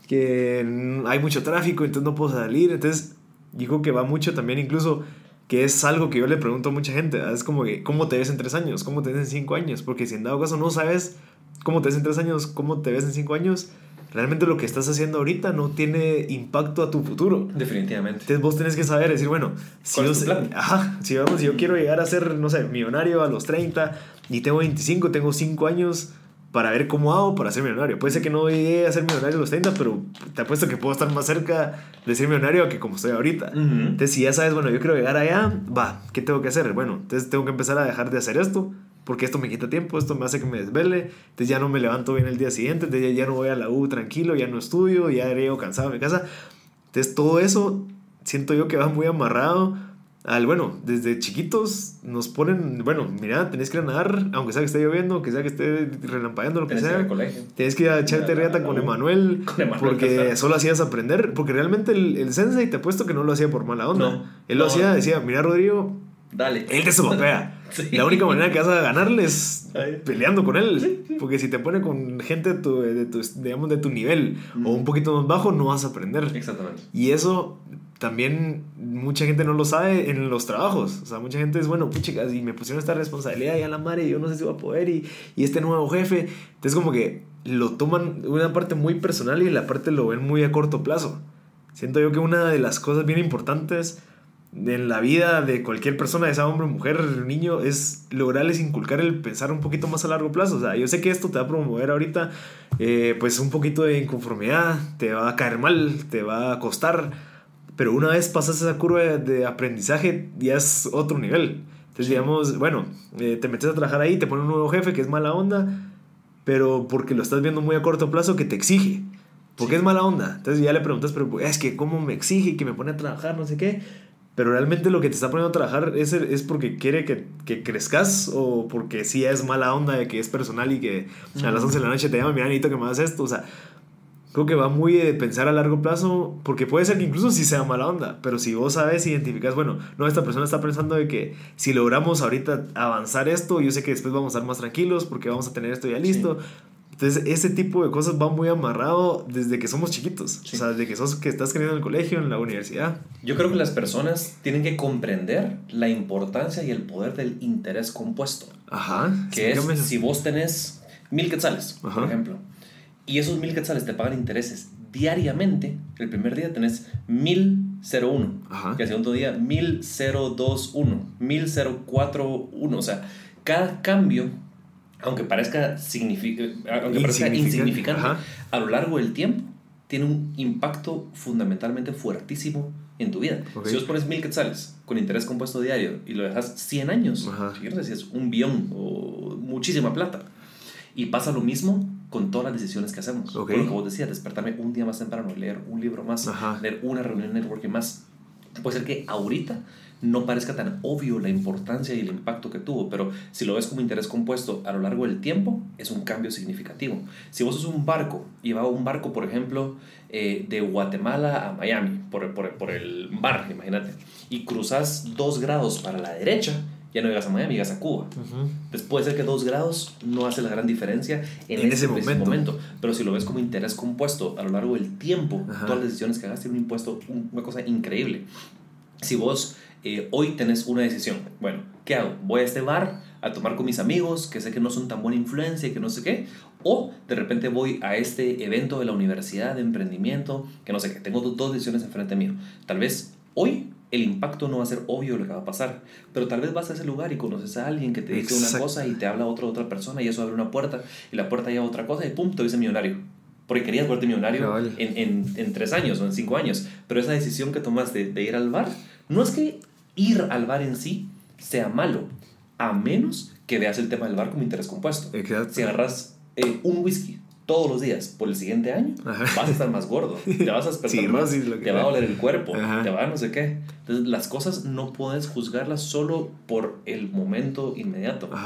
que hay mucho tráfico, entonces no puedo salir. Entonces, digo que va mucho también, incluso, que es algo que yo le pregunto a mucha gente. ¿Verdad? Es como que, ¿cómo te ves en tres años? ¿Cómo te ves en cinco años? Porque si en dado caso no sabes cómo te ves en tres años, cómo te ves en cinco años, realmente lo que estás haciendo ahorita no tiene impacto a tu futuro. Definitivamente. Entonces vos tenés que saber, decir, bueno, si ¿Cuál yo, es tu plan? Ajá, si, vamos, si yo quiero llegar a ser, no sé, millonario a los treinta y tengo veinticinco, tengo cinco años para ver cómo hago para ser millonario. Puede ser que no llegue a ser millonario a los treinta, pero te apuesto que puedo estar más cerca de ser millonario que como estoy ahorita. Uh-huh. Entonces, si ya sabes, bueno, yo quiero llegar allá, va, ¿qué tengo que hacer? Bueno, entonces tengo que empezar a dejar de hacer esto, porque esto me quita tiempo, esto me hace que me desvele, entonces ya no me levanto bien el día siguiente, entonces ya no voy a la U tranquilo, ya no estudio, ya llego cansado a mi casa. Entonces todo eso siento yo que va muy amarrado al, bueno, desde chiquitos nos ponen, bueno, mira, tenés que ir a nadar, aunque sea que esté lloviendo, aunque sea que esté relampagueando, lo que Tienes sea. que ir al colegio. Tienes que ir a echarte riata con Emanuel, Con Emanuel, porque exacto. solo hacías aprender, porque realmente el, el sensei te apuesto que no lo hacía por mala onda. No, Él no. lo hacía, decía, mira Rodrigo, Dale. él te sopapea. Sí. La única manera que vas a ganarle es Ay. peleando con él. Porque si te pone con gente de tu, de tu, digamos, de tu nivel Mm. o un poquito más bajo, no vas a aprender. Exactamente. Y eso también mucha gente no lo sabe en los trabajos. O sea, mucha gente es, bueno, puchicas, y me pusieron esta responsabilidad y a la madre, yo no sé si voy a poder, y, y este nuevo jefe. Entonces como que lo toman una parte muy personal y la parte lo ven muy a corto plazo. Siento yo que una de las cosas bien importantes en la vida de cualquier persona, ya sea hombre, mujer, niño, es lograrles inculcar el pensar un poquito más a largo plazo. O sea, yo sé que esto te va a promover ahorita eh, pues un poquito de inconformidad, te va a caer mal, te va a costar, pero una vez pasas esa curva de, de aprendizaje ya es otro nivel. Entonces digamos, bueno, eh, te metes a trabajar ahí, te pone un nuevo jefe que es mala onda, pero porque lo estás viendo muy a corto plazo, que te exige, porque Sí. es mala onda. Entonces ya le preguntas, pero es que cómo me exige y que me pone a trabajar, no sé qué. Pero realmente lo que te está poniendo a trabajar es, es porque quiere que, que crezcas, o porque sí es mala onda de que es personal y que mm. a las once de la noche te llama, mira, necesito que me hagas esto. O sea, creo que va muy de pensar a largo plazo, porque puede ser que incluso sí sea mala onda, pero si vos sabes, identificas, bueno, no, esta persona está pensando de que si logramos ahorita avanzar esto, yo sé que después vamos a estar más tranquilos porque vamos a tener esto ya listo. Sí. Entonces, ese tipo de cosas va muy amarrado desde que somos chiquitos. Sí. O sea, desde que, sos, que estás creciendo en el colegio, en la universidad. Yo creo que las personas tienen que comprender la importancia y el poder del interés compuesto. Ajá. Que sí, es, si vos tenés mil quetzales, Ajá. por ejemplo, y esos mil quetzales te pagan intereses diariamente, el primer día tenés mil cero uno. Ajá. Y al segundo día mil cero dos uno, mil cero cuatro uno. O sea, cada cambio, aunque parezca, signific- aunque parezca insignificante, Ajá. a lo largo del tiempo, tiene un impacto fundamentalmente fuertísimo en tu vida. Okay. Si vos pones mil quetzales con interés compuesto diario y lo dejas cien años, yo no sé si es un billón o muchísima plata. Y pasa lo mismo con todas las decisiones que hacemos. Okay. Por lo que vos decías, despertarme un día más temprano, leer un libro más, Ajá. leer una reunión de networking más. Puede ser que ahorita no parezca tan obvio la importancia y el impacto que tuvo, pero si lo ves como interés compuesto a lo largo del tiempo, es un cambio significativo. Si vos sos un barco, y va un barco, por ejemplo, eh, de Guatemala a Miami, por, por, por el mar, imagínate, y cruzas dos grados para la derecha, ya no llegas a Miami, llegas a Cuba. Uh-huh. Entonces puede ser que dos grados no hace la gran diferencia en, en ese, ese momento. momento, pero si lo ves como interés compuesto a lo largo del tiempo, Ajá. todas las decisiones que hagas tienen un impuesto, una cosa increíble. Si vos eh, hoy tenés una decisión, bueno, ¿qué hago? ¿Voy a este bar a tomar con mis amigos que sé que no son tan buena influencia y que no sé qué? O de repente voy a este evento de la universidad de emprendimiento que no sé qué, tengo dos decisiones enfrente mío. Tal vez hoy el impacto no va a ser obvio lo que va a pasar, pero tal vez vas a ese lugar y conoces a alguien que te dice Exacto. una cosa y te habla otra otra persona y eso abre una puerta y la puerta lleva a otra cosa y pum, te dice millonario. Porque querías verte millonario no, vale. en, en, en tres años o en cinco años, pero esa decisión que tomaste de, de ir al bar, no es que ir al bar en sí sea malo, a menos que veas el tema del bar como interés compuesto. Exacto. Si agarras eh, un whisky todos los días por el siguiente año, Ajá. vas a estar más gordo, te vas a despertar sí, más, sí, te va a doler el cuerpo, Ajá. te va a no sé qué. Entonces las cosas no puedes juzgarlas solo por el momento inmediato. Ajá.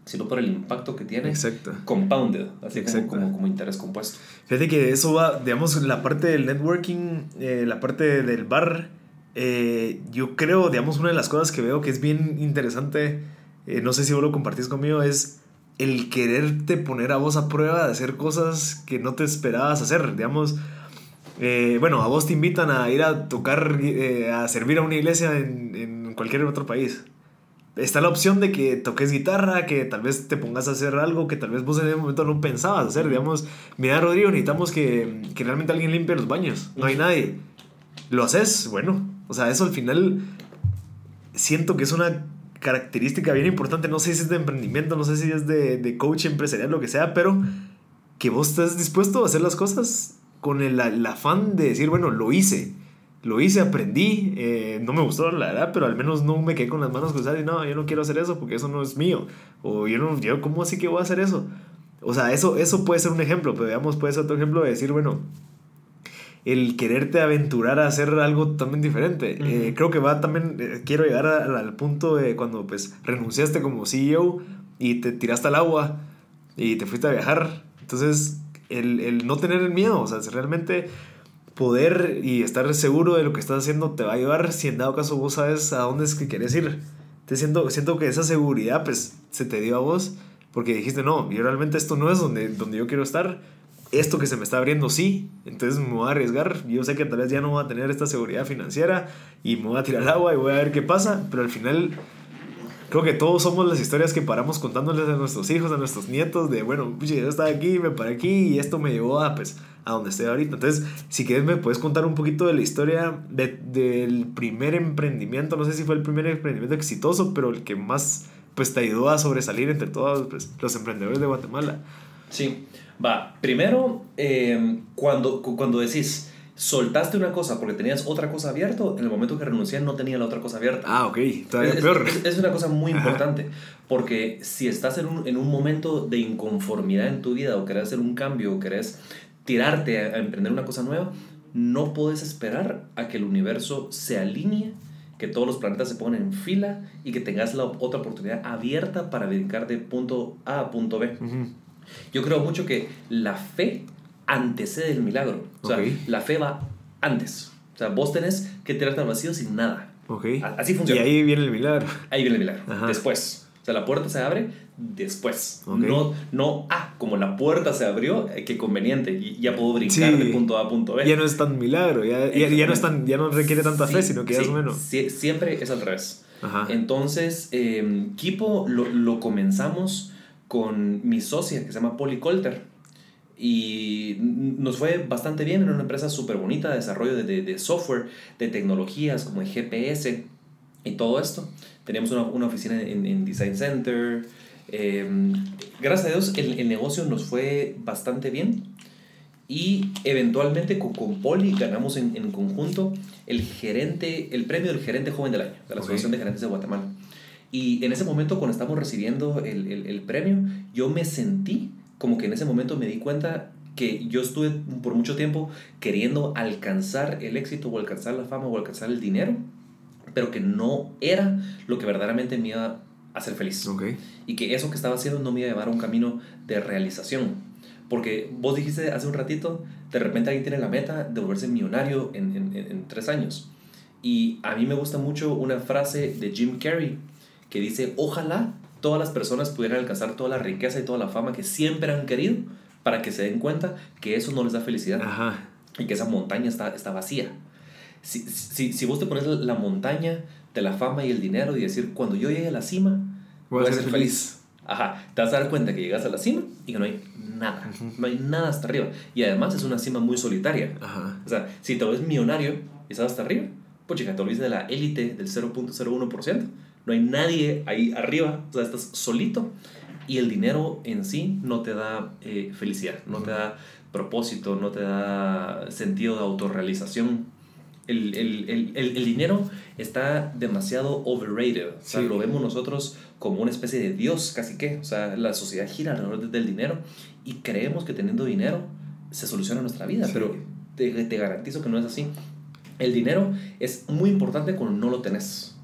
sino por el impacto que tiene. Exacto. Compounded, así Exacto. Como, como, como interés compuesto. Fíjate que eso va, digamos, la parte del networking, eh, la parte del bar, eh, yo creo, digamos, una de las cosas que veo que es bien interesante, eh, no sé si vos lo compartís conmigo, es el quererte poner a vos a prueba de hacer cosas que no te esperabas hacer, digamos. Eh, bueno, a vos te invitan a ir a tocar, eh, a servir a una iglesia en, en cualquier otro país. Está la opción de que toques guitarra, que tal vez te pongas a hacer algo que tal vez vos en ese momento no pensabas hacer. Digamos, mira, Rodrigo, necesitamos que, que realmente alguien limpie los baños. No hay nadie. ¿Lo haces? Bueno, o sea, eso al final siento que es una característica bien importante. No sé si es de emprendimiento, no sé si es de, de coach empresarial, lo que sea, pero que vos estés dispuesto a hacer las cosas con el, el afán de decir, bueno, lo hice. Lo hice, aprendí, eh, no me gustó la verdad, pero al menos no me quedé con las manos cruzadas y no, yo no quiero hacer eso porque eso no es mío. O yo no, yo, ¿cómo así que voy a hacer eso? O sea, eso, eso puede ser un ejemplo, pero digamos, puede ser otro ejemplo de decir, bueno, el quererte aventurar a hacer algo también diferente. Uh-huh. Eh, creo que va también, eh, quiero llegar a, a, al punto de cuando pues renunciaste como C E O y te tiraste al agua y te fuiste a viajar. Entonces, el, el no tener el miedo, o sea, realmente poder y estar seguro de lo que estás haciendo te va a ayudar si en dado caso vos sabes a dónde es que querés ir. Te siento, siento que esa seguridad pues se te dio a vos porque dijiste, no, yo realmente esto no es donde, donde yo quiero estar. Esto que se me está abriendo sí, entonces me voy a arriesgar. Yo sé que tal vez ya no voy a tener esta seguridad financiera y me voy a tirar al agua y voy a ver qué pasa, pero al final creo que todos somos las historias que paramos contándoles a nuestros hijos, a nuestros nietos, de bueno, pucha, yo estaba aquí, me paré aquí y esto me llevó a, pues, a donde estoy ahorita. Entonces, si quieres me puedes contar un poquito de la historia de, del primer emprendimiento. No sé si fue el primer emprendimiento exitoso, pero el que más pues, te ayudó a sobresalir entre todos pues, los emprendedores de Guatemala. Sí, va, primero, eh, cuando, cuando decís soltaste una cosa porque tenías otra cosa abierta, en el momento que renuncié no tenía la otra cosa abierta. Ah, ok, todavía es, peor. Es, es una cosa muy Ajá. importante, porque si estás en un, en un momento de inconformidad en tu vida o querés hacer un cambio o querés tirarte a, a emprender una cosa nueva, no puedes esperar a que el universo se alinee, que todos los planetas se pongan en fila y que tengas la otra oportunidad abierta para brincar de punto A a punto B. Uh-huh. Yo creo mucho que la fe antecede el milagro. O sea, okay. la fe va antes. O sea, vos tenés que tirarte al vacío sin nada. Okay. Así funciona. Y ahí viene el milagro. Ahí viene el milagro. Ajá. Después. O sea, la puerta se abre después. Okay. No, no, ah, como la puerta se abrió, eh, qué conveniente. Y ya puedo brincar sí. de punto A a punto B. Ya no es tan milagro. Ya, ya, ya, no, es tan, ya no requiere tanta sí, fe, sino que sí, ya es menos. Sí, siempre es al revés. Ajá. Entonces, eh, Kipo lo, lo comenzamos con mi socia que se llama Polly Colter. Y nos fue bastante bien en una empresa súper bonita de desarrollo de, de, de software, de tecnologías como el G P S y todo esto. Teníamos una, una oficina en, en Design Center. Eh, gracias a Dios el, el negocio nos fue bastante bien. Y eventualmente con, con Poli ganamos en, en conjunto el, gerente, el premio del gerente joven del año de la Asociación okay. de Gerentes de Guatemala. Y en ese momento, cuando estábamos recibiendo el, el, el premio, yo me sentí como que en ese momento me di cuenta que yo estuve por mucho tiempo queriendo alcanzar el éxito o alcanzar la fama o alcanzar el dinero, pero que no era lo que verdaderamente me iba a hacer feliz. Okay. Y que eso que estaba haciendo no me iba a llevar a un camino de realización. Porque vos dijiste hace un ratito, de repente alguien tiene la meta de volverse millonario en, en, en tres años. Y a mí me gusta mucho una frase de Jim Carrey que dice, ojalá todas las personas pudieran alcanzar toda la riqueza y toda la fama que siempre han querido para que se den cuenta que eso no les da felicidad. Ajá. Y que esa montaña está, está vacía. Si, si, si vos te pones la montaña de la fama y el dinero y decir, cuando yo llegue a la cima, voy, voy a ser feliz. feliz. Ajá, te vas a dar cuenta que llegas a la cima y que no hay nada, uh-huh. no hay nada hasta arriba. Y además es una cima muy solitaria. Ajá. O sea, si te ves millonario y estás hasta arriba, pues chica, te olvides de la élite del cero punto cero uno por ciento. No hay nadie ahí arriba, o sea, estás solito. Y el dinero en sí no te da eh, felicidad, no uh-huh. te da propósito, no te da sentido de autorrealización. El, el, el, el, el dinero está demasiado overrated. O sea, sí. lo vemos nosotros como una especie de Dios, casi que. O sea, la sociedad gira alrededor del dinero y creemos que teniendo dinero se soluciona nuestra vida, sí. pero te, te garantizo que no es así. El dinero es muy importante cuando no lo tenés. O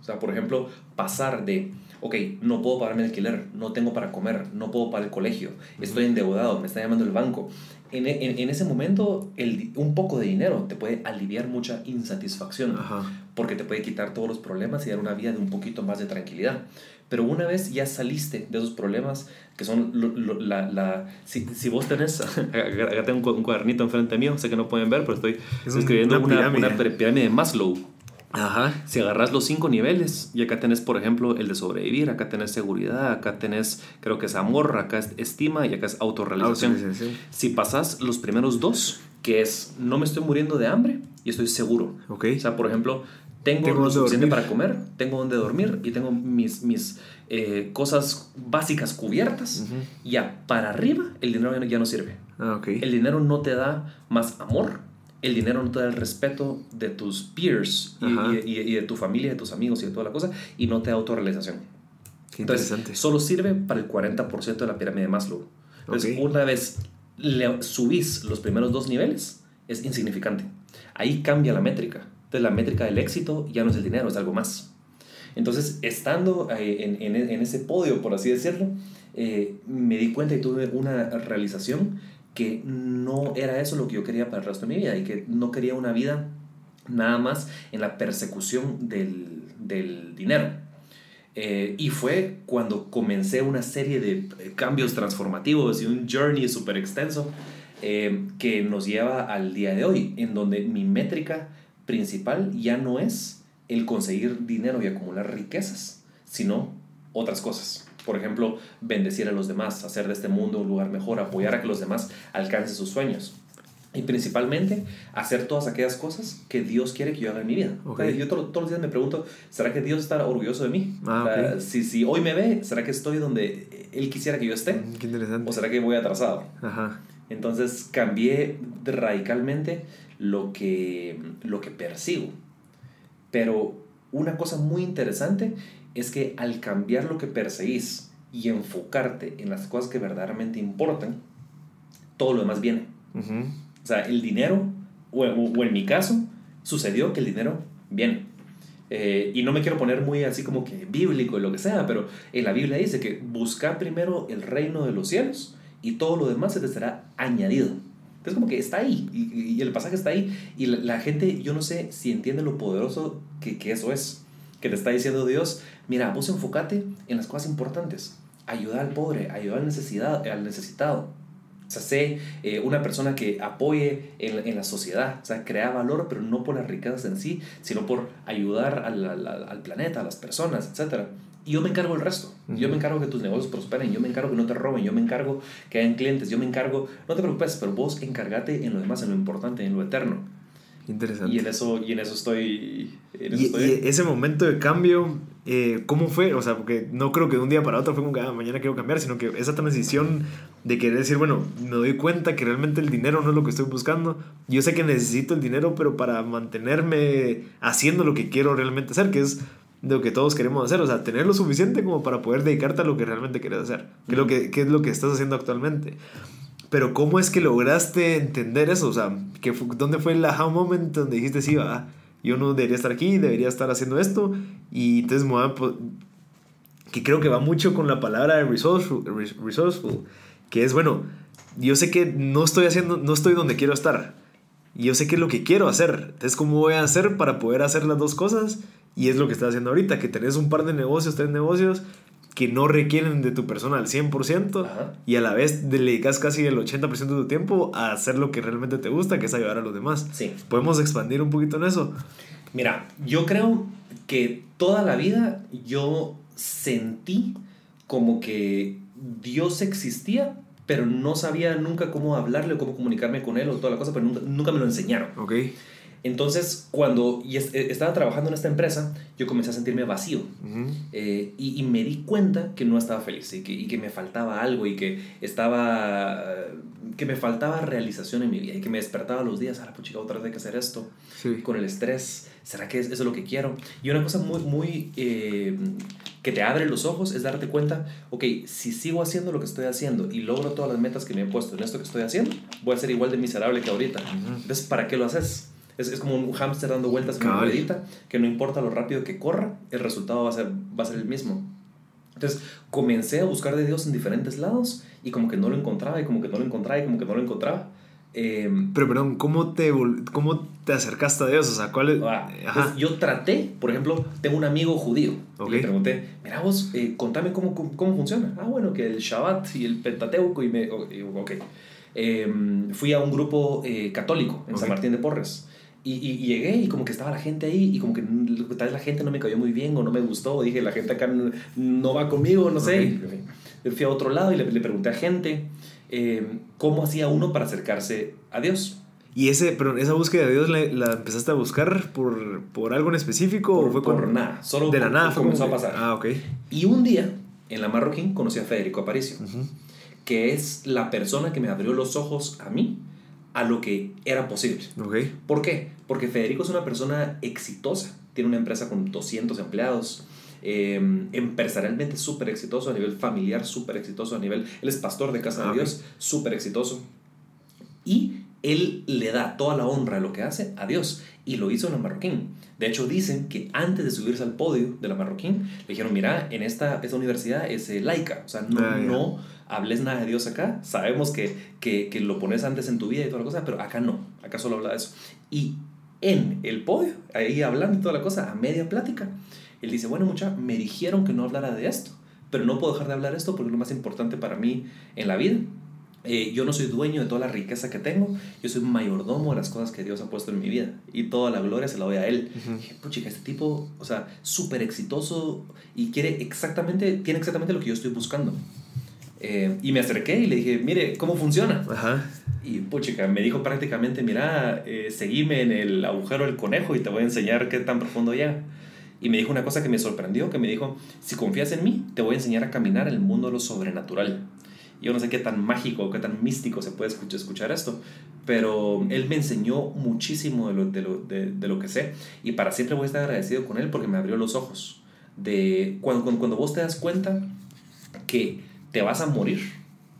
sea, por ejemplo, pasar de, ok, no puedo pagar mi alquiler, no tengo para comer, no puedo pagar el colegio, estoy endeudado, me está llamando el banco. En, en, en ese momento, el, un poco de dinero te puede aliviar mucha insatisfacción. Ajá. Porque te puede quitar todos los problemas y dar una vida de un poquito más de tranquilidad. Pero una vez ya saliste de esos problemas, que son lo, lo, la... la si, si vos tenés... Acá tengo un cuadernito enfrente mío, sé que no pueden ver, pero estoy Es escribiendo una una, pirámide. una pirámide de Maslow. Ajá. Si agarras los cinco niveles, y acá tenés, por ejemplo, el de sobrevivir, acá tenés seguridad, acá tenés, creo que es amor, acá es estima y acá es autorrealización. Autorrealización. Si pasas los primeros dos, que es no me estoy muriendo de hambre y estoy seguro. Ok. O sea, por ejemplo, tengo, Tengo lo donde suficiente dormir. para comer, tengo donde dormir y tengo mis, mis eh, cosas básicas cubiertas. Ujú. Ya para arriba, el dinero ya no, ya no sirve. Ah, ok. El dinero no te da más amor. El dinero no te da el respeto de tus peers y, Ajá. y, y, y de tu familia, de tus amigos y de toda la cosa, y no te da autorrealización. Qué Entonces, interesante. solo sirve para el cuarenta por ciento de la pirámide de Maslow. Entonces, Ok. una vez le subís los primeros dos niveles, es insignificante. Ahí cambia la métrica. Entonces, la métrica del éxito ya no es el dinero, es algo más. Entonces, estando eh, en, en, en ese podio, por así decirlo, eh, me di cuenta y tuve una realización que no era eso lo que yo quería para el resto de mi vida y que no quería una vida nada más en la persecución del, del dinero. Eh, y fue cuando comencé una serie de cambios transformativos y un journey súper extenso eh, que nos lleva al día de hoy, en donde mi métrica principal ya no es el conseguir dinero y acumular riquezas, sino otras cosas. Por ejemplo, bendecir a los demás, hacer de este mundo un lugar mejor, apoyar a que los demás alcancen sus sueños. Y principalmente, hacer todas aquellas cosas que Dios quiere que yo haga en mi vida. Okay. O sea, yo to- todos los días me pregunto, ¿será que Dios está orgulloso de mí? Ah, O sea, okay. si, si hoy me ve, ¿será que estoy donde Él quisiera que yo esté? Mm, qué interesante. ¿O será que voy atrasado? Ajá. Entonces, cambié radicalmente lo que, lo que persigo. Pero una cosa muy interesante es que al cambiar lo que perseguís y enfocarte en las cosas que verdaderamente importan, todo lo demás viene. Uh-huh. O sea, el dinero, o, o, o en mi caso, sucedió que el dinero viene. Eh, y no me quiero poner muy así como que bíblico y lo que sea, pero en la Biblia dice que busca primero el reino de los cielos y todo lo demás se te será añadido. Entonces como que está ahí, y, y el pasaje está ahí, y la, la gente, yo no sé si entiende lo poderoso que, que eso es, que te está diciendo Dios, mira, vos enfócate en las cosas importantes, ayuda al pobre, ayuda al, necesidad, al necesitado, o sea, sé eh, una persona que apoye en, en la sociedad, o sea, crea valor, pero no por las riquezas en sí, sino por ayudar al, al, al planeta, a las personas, etcétera. Y yo me encargo del resto. Uh-huh. Yo me encargo que tus negocios prosperen, yo me encargo que no te roben, yo me encargo que hayan clientes, yo me encargo, no te preocupes, pero vos encárgate en lo demás, en lo importante, en lo eterno. Interesante. Y en eso, y en eso estoy... En eso y, estoy. y ese momento de cambio, eh, ¿cómo fue? O sea, porque no creo que de un día para otro fue como que ah, mañana quiero cambiar, sino que esa transición de querer decir, bueno, me doy cuenta que realmente el dinero no es lo que estoy buscando. Yo sé que necesito el dinero, pero para mantenerme haciendo lo que quiero realmente hacer, que es lo que todos queremos hacer, o sea, tener lo suficiente como para poder dedicarte a lo que realmente quieres hacer, que, mm. lo que, que es lo que estás haciendo actualmente. Pero ¿cómo es que lograste entender eso? O sea, ¿qué fue, ¿dónde fue el aha moment donde dijiste, sí, va, yo no debería estar aquí, debería estar haciendo esto? Y entonces me va, que creo que va mucho con la palabra resourceful, resourceful, que es, bueno, yo sé que no estoy haciendo, no estoy donde quiero estar. Y yo sé qué es lo que quiero hacer. Entonces, ¿cómo voy a hacer para poder hacer las dos cosas? Y es lo que estás haciendo ahorita, que tenés un par de negocios, tres negocios que no requieren de tu persona al cien por ciento. Ajá. Y a la vez le dedicas casi el ochenta por ciento de tu tiempo a hacer lo que realmente te gusta, que es ayudar a los demás. Sí. ¿Podemos expandir un poquito en eso? Mira, yo creo que toda la vida yo sentí como que Dios existía, pero no sabía nunca cómo hablarle o cómo comunicarme con él o toda la cosa, pero nunca, nunca me lo enseñaron. Ok. Entonces, cuando estaba trabajando en esta empresa, yo comencé a sentirme vacío. Uh-huh. eh, y, y me di cuenta que no estaba feliz y que, y que me faltaba algo y que estaba... que me faltaba realización en mi vida y que me despertaba los días, ah, la puchica, otra vez hay que hacer esto. Sí. Con el estrés, ¿será que eso es lo que quiero? Y una cosa muy, muy... Eh, que te abre los ojos es darte cuenta, ok, si sigo haciendo lo que estoy haciendo y logro todas las metas que me he puesto en esto que estoy haciendo, voy a ser igual de miserable que ahorita. Uh-huh. Entonces, ¿para qué lo haces? Es, es como un hámster dando vueltas con una ruedita, que no importa lo rápido que corra, el resultado va a ser, va a ser el mismo. Entonces comencé a buscar de Dios en diferentes lados y como que no lo encontraba y como que no lo encontraba y como que no lo encontraba. Eh, Pero perdón, ¿cómo te, ¿cómo te acercaste a Dios? O sea, ¿cuál es? Ah, pues yo traté, por ejemplo, tengo un amigo judío. Okay. Y le pregunté, mira vos, eh, contame cómo, cómo, cómo funciona. Ah, bueno, que el Shabbat y el Pentateuco y me... Ok. Eh, fui a un grupo eh, católico en okay. San Martín de Porres. Y, y, y llegué y como que estaba la gente ahí y como que tal vez la gente no me cayó muy bien o no me gustó. Dije, la gente acá no, no va conmigo, no sé. Okay. Fui a otro lado y le, le pregunté a gente eh, cómo hacía uno para acercarse a Dios. ¿Y ese, pero esa búsqueda de Dios la, la empezaste a buscar por, por algo en específico? Por, ¿o fue por con, nada, solo de la nada fue comenzó que, a pasar. Ah, ok. Y un día, en la Marroquín, conocí a Federico Aparicio, uh-huh. que es la persona que me abrió los ojos a mí a lo que era posible. Okay. ¿Por qué? Porque Federico es una persona exitosa, tiene una empresa con doscientos empleados, eh, empresarialmente súper exitoso, a nivel familiar súper exitoso, a nivel, él es pastor de Casa ah, de Dios, okay. súper exitoso. Y él le da toda la honra de lo que hace a Dios. Y lo hizo en la Marroquín. De hecho, dicen que antes de subirse al podio de la Marroquín, le dijeron, mira, en esta, esta universidad es eh, laica. O sea, no, ah, no hables nada de Dios acá. Sabemos que, que, que lo pones antes en tu vida y toda la cosa, pero acá no. Acá solo habla de eso. Y en el podio, ahí hablando y toda la cosa, a media plática, él dice, bueno, mucha, me dijeron que no hablara de esto, pero no puedo dejar de hablar de esto porque es lo más importante para mí en la vida. Eh, yo no soy dueño de toda la riqueza que tengo, yo soy mayordomo de las cosas que Dios ha puesto en mi vida y toda la gloria se la doy a Él. Uh-huh. Dije, puchica, este tipo, o sea, súper exitoso y quiere exactamente, tiene exactamente lo que yo estoy buscando. Eh, y me acerqué y le dije, mire, ¿cómo funciona? Uh-huh. Y puchica, me dijo prácticamente, mira, eh, seguime en el agujero del conejo y te voy a enseñar qué tan profundo llega. Y me dijo una cosa que me sorprendió, que me dijo, si confías en mí, te voy a enseñar a caminar en el mundo de lo sobrenatural. Yo no sé qué tan mágico, qué tan místico se puede escuchar, escuchar esto, pero él me enseñó muchísimo de lo, de, lo, de, de lo que sé y para siempre voy a estar agradecido con él porque me abrió los ojos. De cuando, cuando, cuando vos te das cuenta que te vas a morir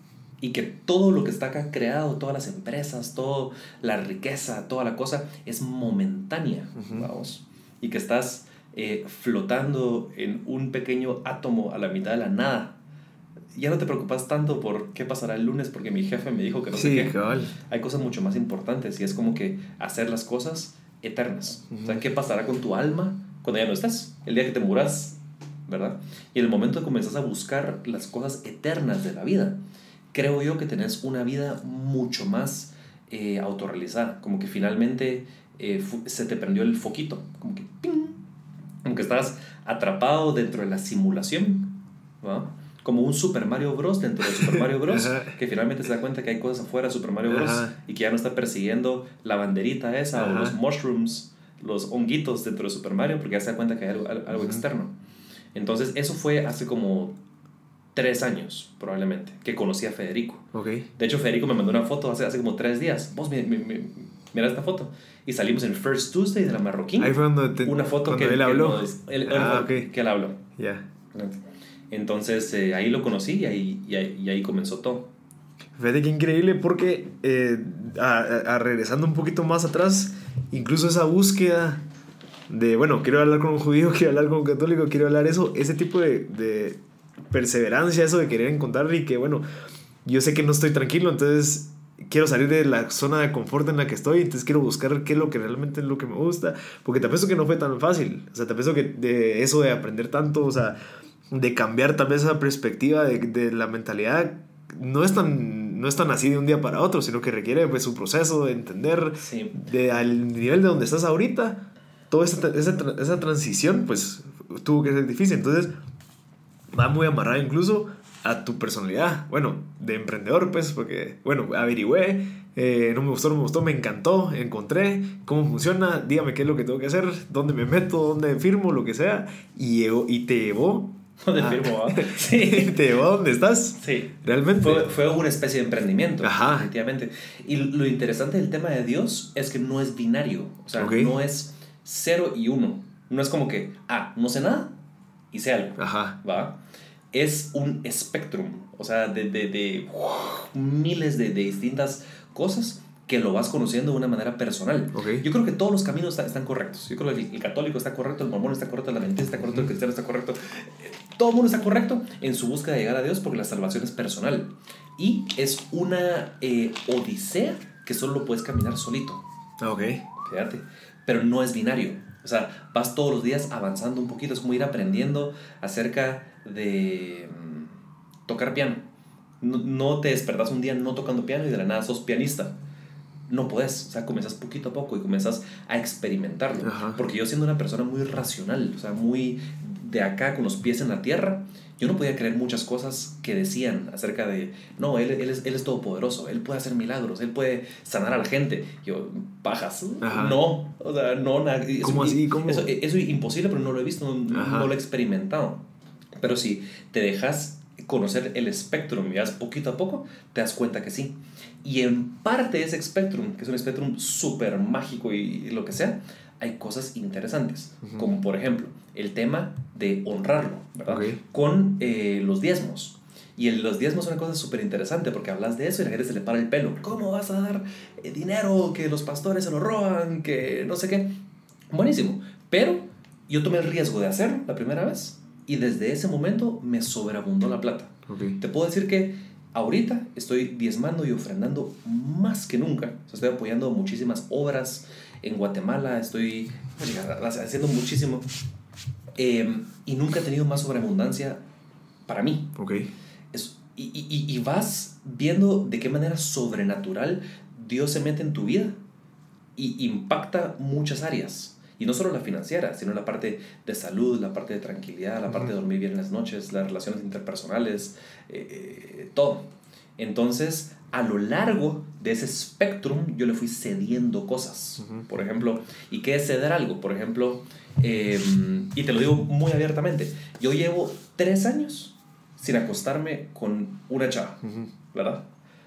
y que todo lo que está acá creado, todas las empresas, toda la riqueza, toda la cosa es momentánea, uh-huh. vamos, y que estás eh, flotando en un pequeño átomo a la mitad de la nada. Ya no te preocupas tanto por qué pasará el lunes porque mi jefe me dijo que no sí, sé qué. Cabal. Hay cosas mucho más importantes y es como que hacer las cosas eternas. Uh-huh. O sea, ¿qué pasará con tu alma cuando ya no estés? El día que te muras, ¿verdad? Y en el momento que comienzas a buscar las cosas eternas de la vida, creo yo que tenés una vida mucho más eh, autorrealizada. Como que finalmente eh, fu- se te prendió el foquito. Como que ¡ping! Como que estás atrapado dentro de la simulación, ¿no? Como un Super Mario Bros. Dentro de Super Mario Bros. Que finalmente se da cuenta que hay cosas afuera de Super Mario Bros. Ajá. Y que ya no está persiguiendo la banderita esa Ajá. o los mushrooms, los honguitos dentro de Super Mario, porque ya se da cuenta que hay algo, algo externo. Entonces eso fue hace como tres años probablemente que conocí a Federico. Okay. De hecho Federico me mandó una foto hace, hace como tres días. Vos me, me, me, mira esta foto. Y salimos en First Tuesday de la Marroquín. Ahí fue donde te, una foto que él habló. Que, nos, él, ah, okay. que él habló. Ya. Yeah. Entonces eh, ahí lo conocí y ahí, y, ahí, y ahí comenzó todo. Fíjate qué increíble porque eh, a, a, regresando un poquito más atrás, incluso esa búsqueda de, bueno, quiero hablar con un judío, quiero hablar con un católico, quiero hablar eso, ese tipo de, de perseverancia, eso de querer encontrar y que, bueno, yo sé que no estoy tranquilo, entonces quiero salir de la zona de confort en la que estoy, entonces quiero buscar qué es lo que realmente es lo que me gusta, porque te apuesto que no fue tan fácil, o sea, te apuesto que de eso de aprender tanto, o sea, de cambiar tal vez esa perspectiva de, de la mentalidad, no es tan no es tan así de un día para otro, sino que requiere pues un proceso de entender sí. de, al nivel de donde estás ahorita, toda esa, esa, esa transición pues tuvo que ser difícil, entonces va muy amarrado incluso a tu personalidad, bueno, de emprendedor pues, porque bueno, averigüé, eh, no me gustó, no me gustó, me encantó, encontré cómo funciona, dígame qué es lo que tengo que hacer, dónde me meto, dónde firmo, lo que sea, y, y te llevó ¿dónde ah. firmo? ¿Va? Sí. ¿Te llevó a donde estás? Sí. Realmente. Fue, fue una especie de emprendimiento. Ajá. Definitivamente. Y lo interesante del tema de Dios es que no es binario. O sea, okay. no es cero y uno. No es como que, ah, no sé nada y sé algo. Ajá. ¿Va? Es un espectrum. O sea, de, de, de uh, miles de, de distintas cosas que lo vas conociendo de una manera personal. Okay. Yo creo que todos los caminos están, están correctos. Yo creo que el, el católico está correcto, el mormón está correcto, el adventista está correcto, el cristiano está correcto. Todo el mundo está correcto en su búsqueda de llegar a Dios, porque la salvación es personal. Y es una eh, odisea que solo lo puedes caminar solito. Ok. Fíjate. Pero no es binario. O sea, vas todos los días avanzando un poquito. Es como ir aprendiendo acerca de um, tocar piano. No, no te despertas un día no tocando piano y de la nada sos pianista. No puedes. O sea, comienzas poquito a poco y comienzas a experimentarlo. Ajá. Porque yo, siendo una persona muy racional, o sea, muy de acá con los pies en la tierra, yo no podía creer muchas cosas que decían acerca de, no, él, él, es, él es todopoderoso, él puede hacer milagros, él puede sanar a la gente. Yo, pajas, Ajá. no, o sea, no, nada. ¿Cómo eso, así? ¿Cómo? Eso, eso es imposible, pero no lo he visto, no, no lo he experimentado. Pero si te dejas conocer el espectrum y vas poquito a poco, te das cuenta que sí. Y en parte de ese espectrum, que es un espectrum súper mágico y, y lo que sea, hay cosas interesantes, uh-huh. como por ejemplo el tema de honrarlo, ¿verdad? Okay. Con eh, los diezmos. Y el, los diezmos es una cosa súper interesante porque hablas de eso y la gente se le para el pelo. ¿Cómo vas a dar eh, dinero que los pastores se lo roban? Que no sé qué. Buenísimo. Pero yo tomé el riesgo de hacerlo la primera vez y desde ese momento me sobreabundó la plata. Okay. Te puedo decir que ahorita estoy diezmando y ofrendando más que nunca. O sea, estoy apoyando muchísimas obras en Guatemala, estoy haciendo muchísimo eh, y nunca he tenido más sobreabundancia para mí. Okay. Es, y, y, y vas viendo de qué manera sobrenatural Dios se mete en tu vida y impacta muchas áreas. Y no solo la financiera, sino la parte de salud, la parte de tranquilidad, la uh-huh. parte de dormir bien en las noches, las relaciones interpersonales, eh, eh, todo. Entonces, a lo largo de ese espectrum, yo le fui cediendo cosas. Uh-huh. Por ejemplo, ¿y qué es ceder algo? Por ejemplo, eh, y te lo digo muy abiertamente, yo llevo tres años sin acostarme con una chava, uh-huh. ¿verdad?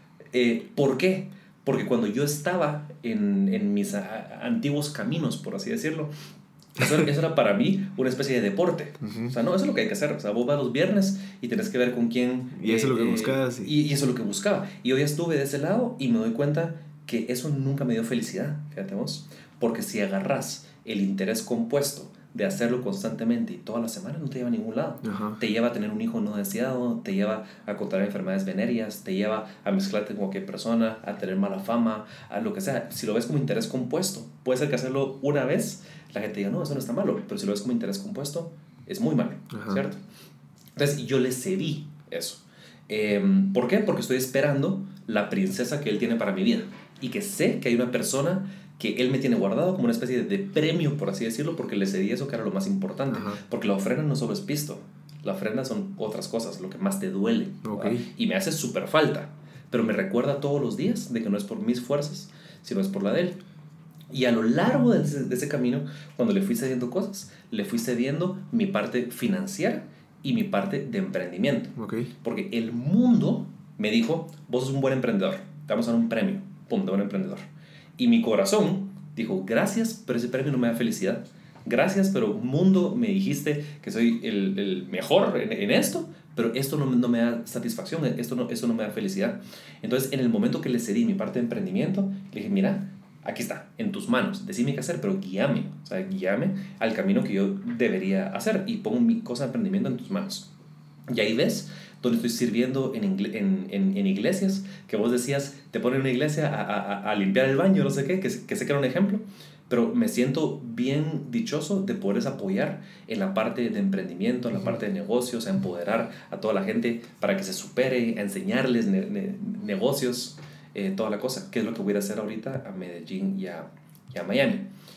Eh, ¿Por qué? Porque cuando yo estaba en, en mis a, antiguos caminos, por así decirlo, eso, eso era para mí una especie de deporte. Uh-huh. O sea, no, eso es lo que hay que hacer. O sea, vos vas los viernes y tenés que ver con quién... Y eso eh, es lo que buscabas. Y, y eso es lo que buscaba. Y hoy estuve de ese lado y me doy cuenta que eso nunca me dio felicidad, fíjate vos. Porque si agarrás el interés compuesto de hacerlo constantemente y toda la semana, no te lleva a ningún lado. Uh-huh. Te lleva a tener un hijo no deseado, te lleva a contraer enfermedades venéreas, te lleva a mezclarte con cualquier persona, a tener mala fama, a lo que sea. Si lo ves como interés compuesto, puede ser que hacerlo una vez, la gente diga, no, eso no está malo, pero si lo ves como interés compuesto, es muy malo, uh-huh. ¿cierto? Entonces yo le cedí eso. Eh, ¿Por qué? Porque estoy esperando la princesa que él tiene para mi vida y que sé que hay una persona que él me tiene guardado como una especie de, de premio, por así decirlo, porque le cedí eso que era lo más importante. Ajá. Porque la ofrenda no solo es pisto, la ofrenda son otras cosas, lo que más te duele. Okay. Y me hace súper falta, pero me recuerda todos los días de que no es por mis fuerzas, sino es por la de él. Y a lo largo de ese, de ese camino, cuando le fui cediendo cosas, le fui cediendo mi parte financiera y mi parte de emprendimiento. Okay. Porque el mundo me dijo, vos sos un buen emprendedor, te vamos a dar un premio, pum, de buen emprendedor. Y mi corazón dijo, gracias, pero ese premio no me da felicidad. Gracias, pero mundo, me dijiste que soy el, el mejor en, en esto, pero esto no, no me da satisfacción, esto no, esto no me da felicidad. Entonces, en el momento que le cedí mi parte de emprendimiento, le dije, mira, aquí está, en tus manos, decime qué hacer, pero guíame, o sea, guíame al camino que yo debería hacer y pongo mi cosa de emprendimiento en tus manos. Y ahí ves donde estoy sirviendo en, en, en, en iglesias, que vos decías, te ponen en una iglesia a, a, a limpiar el baño, no sé qué, que, que sé que era un ejemplo, pero me siento bien dichoso de poder apoyar en la parte de emprendimiento, en la parte de negocios, a empoderar a toda la gente para que se supere, a enseñarles ne, ne, negocios, eh, toda la cosa, que es lo que voy a hacer ahorita a Medellín y a, y a Miami.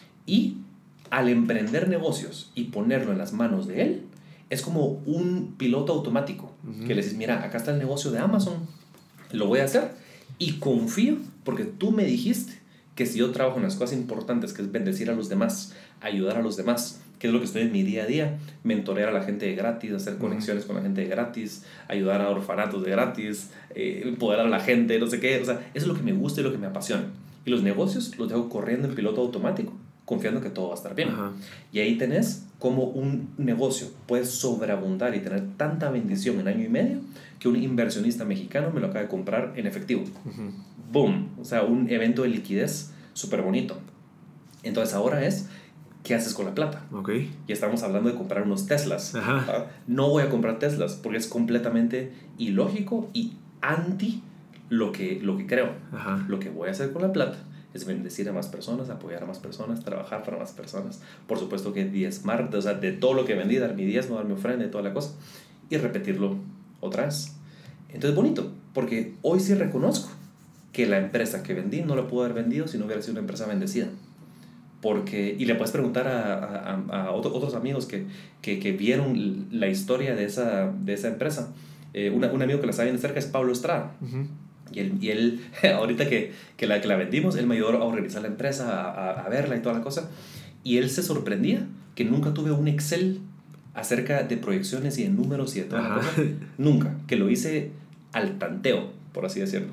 Y al emprender negocios y ponerlo en las manos de él, es como un piloto automático, uh-huh. que le dices, mira, acá está el negocio de Amazon, lo voy a hacer y confío porque tú me dijiste que si yo trabajo en las cosas importantes, que es bendecir a los demás, ayudar a los demás, que es lo que estoy en mi día a día, mentorear a la gente de gratis, hacer conexiones uh-huh. con la gente de gratis, ayudar a orfanatos de gratis, eh, empoderar a la gente, no sé qué, o sea, eso es lo que me gusta y lo que me apasiona. Y los negocios los dejo corriendo en piloto automático, confiando que todo va a estar bien. Uh-huh. Y ahí tenés cómo un negocio puede sobreabundar y tener tanta bendición en año y medio que un inversionista mexicano me lo acaba de comprar en efectivo. Uh-huh. boom, o sea, un evento de liquidez súper bonito. Entonces ahora es, ¿qué haces con la plata? Okay. Y estamos hablando de comprar unos Teslas. Ajá. No voy a comprar Teslas porque es completamente ilógico y anti lo que, lo que creo. Ajá. Lo que voy a hacer con la plata es bendecir a más personas, apoyar a más personas, trabajar para más personas. Por supuesto que diezmar, o sea, de todo lo que vendí, dar mi diezmo, dar mi ofrenda y toda la cosa. Y repetirlo otra vez. Entonces, bonito, porque hoy sí reconozco que la empresa que vendí no la pudo haber vendido si no hubiera sido una empresa bendecida. Porque, y le puedes preguntar a, a, a otro, otros amigos que, que, que vieron la historia de esa, de esa empresa. Eh, una, un amigo que la sabe bien de cerca es Pablo Estrada. Uh-huh. Y él, y él ahorita que, que, la, que la vendimos, él me ayudó a organizar la empresa, a, a, a verla y toda la cosa. Y él se sorprendía que nunca tuve un Excel acerca de proyecciones y de números y de toda Ajá. la cosa. Nunca. Que lo hice al tanteo, por así decirlo.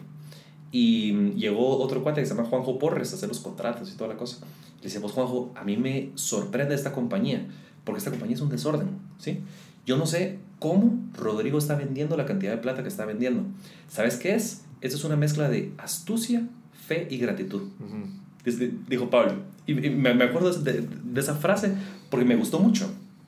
Y llegó otro cuate que se llama Juanjo Porres a hacer los contratos y toda la cosa. Le decía, pues Juanjo, a mí me sorprende esta compañía, porque esta compañía es un desorden, ¿sí? Yo no sé cómo Rodrigo está vendiendo la cantidad de plata que está vendiendo. ¿Sabes qué es? Esto es una mezcla de astucia, fe y gratitud. Uh-huh. Dijo Pablo. Y me acuerdo de, de esa frase porque me gustó mucho.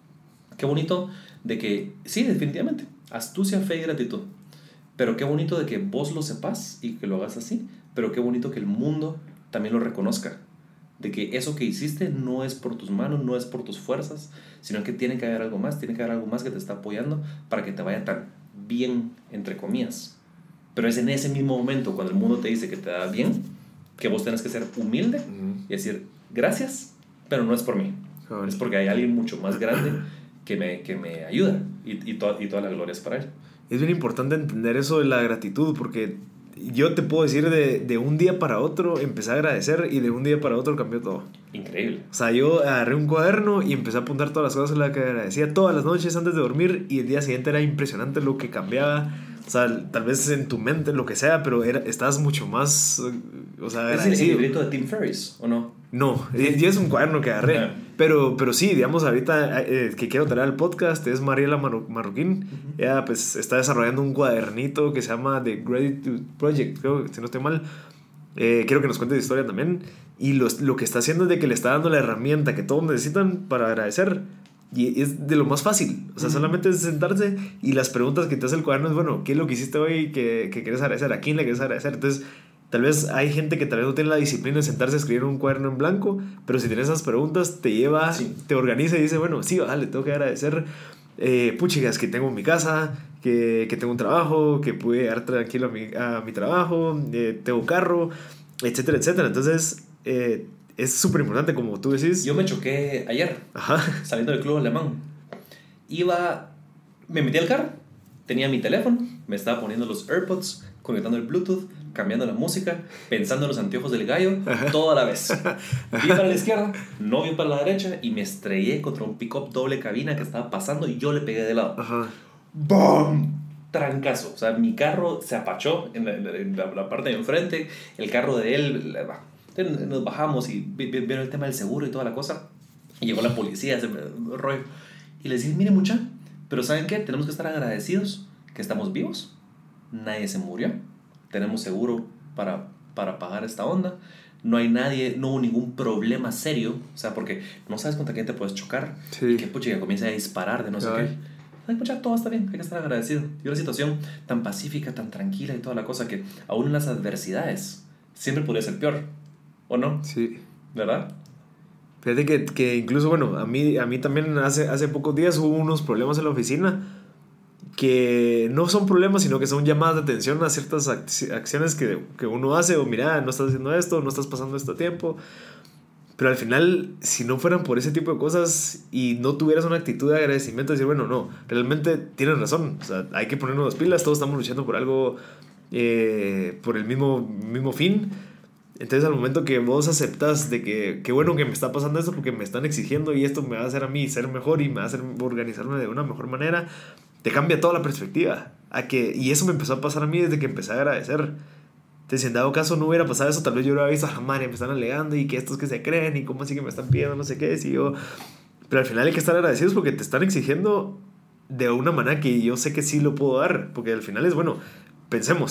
Qué bonito de que, sí, definitivamente, astucia, fe y gratitud. Pero qué bonito de que vos lo sepas y que lo hagas así. Pero qué bonito que el mundo también lo reconozca. De que eso que hiciste no es por tus manos, no es por tus fuerzas, sino que tiene que haber algo más, tiene que haber algo más que te está apoyando para que te vaya tan bien, entre comillas. Pero es en ese mismo momento, cuando el mundo te dice que te da bien, que vos tenés que ser humilde uh-huh. y decir, gracias, pero no es por mí. Joder. Es porque hay alguien mucho más grande que me, que me ayuda y, y, to- y toda la gloria es para él. Es bien importante entender eso de la gratitud, porque yo te puedo decir de, de un día para otro empecé a agradecer y de un día para otro cambió todo. Increíble. O sea, yo agarré un cuaderno y empecé a apuntar todas las cosas en las que agradecía todas las noches antes de dormir y el día siguiente era impresionante lo que cambiaba. O sea, tal vez en tu mente, lo que sea, pero era, estabas mucho más, o sea, agradecido. ¿Es el librito de Tim Ferriss o no? No, ya es un cuaderno que agarré. Uh-huh. Pero, pero sí, digamos, ahorita eh, que quiero traer al podcast es Mariela Mar- Marroquín. Uh-huh. Ella pues está desarrollando un cuadernito que se llama The Gratitude Project, creo, si no estoy mal. Eh, quiero que nos cuente de historia también. Y los, lo que está haciendo es de que le está dando la herramienta que todos necesitan para agradecer. Y es de lo más fácil. O sea, uh-huh. solamente es sentarse y las preguntas que te hace el cuaderno es, bueno, ¿qué es lo que hiciste hoy que, que quieres agradecer? ¿A quién le quieres agradecer? Entonces, tal vez hay gente que tal vez no tiene la disciplina de sentarse a escribir un cuaderno en blanco, pero si tienes esas preguntas, te lleva, sí. te organiza y dice, bueno, sí, vale, tengo que agradecer. Eh, puchigas, que tengo mi casa, que, que tengo un trabajo, que pude llegar tranquilo a mi, a mi trabajo, eh, tengo carro, etcétera, etcétera. Entonces, eh, es súper importante, como tú decís. Yo me choqué ayer, Ajá. saliendo del club alemán. Iba, me metí al carro, tenía mi teléfono, me estaba poniendo los AirPods, conectando el Bluetooth, cambiando la música, pensando en los anteojos del gallo, todo a la vez. Vi para la izquierda, no vi para la derecha y me estrellé contra un pick-up doble cabina que estaba pasando y yo le pegué de lado. Ajá. ¡Bum! Trancazo. O sea, mi carro se apachó en la, en la, la parte de enfrente, el carro de él... Entonces nos bajamos y vieron el tema del seguro y toda la cosa. Y llegó la policía, ese rollo. Y le decía, mire mucha, pero ¿saben qué? Tenemos que estar agradecidos que estamos vivos. Nadie se murió. Tenemos seguro para, para pagar esta onda. No hay nadie, no hubo ningún problema serio. O sea, porque no sabes contra quién te puedes chocar. Sí. Y que pucha, que comienza a disparar de no sé Ay. qué. Ay, pucha, todo está bien, hay que estar agradecido. Y una situación tan pacífica, tan tranquila y toda la cosa que aún en las adversidades siempre podría ser peor. ¿O no? Sí. ¿Verdad? Fíjate que, que incluso, bueno, a mí, a mí también hace, hace pocos días hubo unos problemas en la oficina que no son problemas, sino que son llamadas de atención a ciertas acciones que, que uno hace, o mira, no estás haciendo esto, no estás pasando esto a tiempo. Pero al final, si no fueran por ese tipo de cosas y no tuvieras una actitud de agradecimiento, decir, bueno, no, realmente tienes razón, o sea, hay que ponernos las pilas, todos estamos luchando por algo, eh, por el mismo, mismo fin. Entonces al momento que vos aceptas de que qué bueno que me está pasando esto porque me están exigiendo y esto me va a hacer a mí ser mejor y me va a hacer organizarme de una mejor manera, te cambia toda la perspectiva. A que, y eso me empezó a pasar a mí desde que empecé a agradecer. Entonces si en dado caso no hubiera pasado eso, tal vez yo hubiera visto a la madre, me están alegando y que estos que se creen y cómo así que me están pidiendo no sé qué. Y yo, pero al final hay que estar agradecidos porque te están exigiendo de una manera que yo sé que sí lo puedo dar. Porque al final es, bueno, pensemos.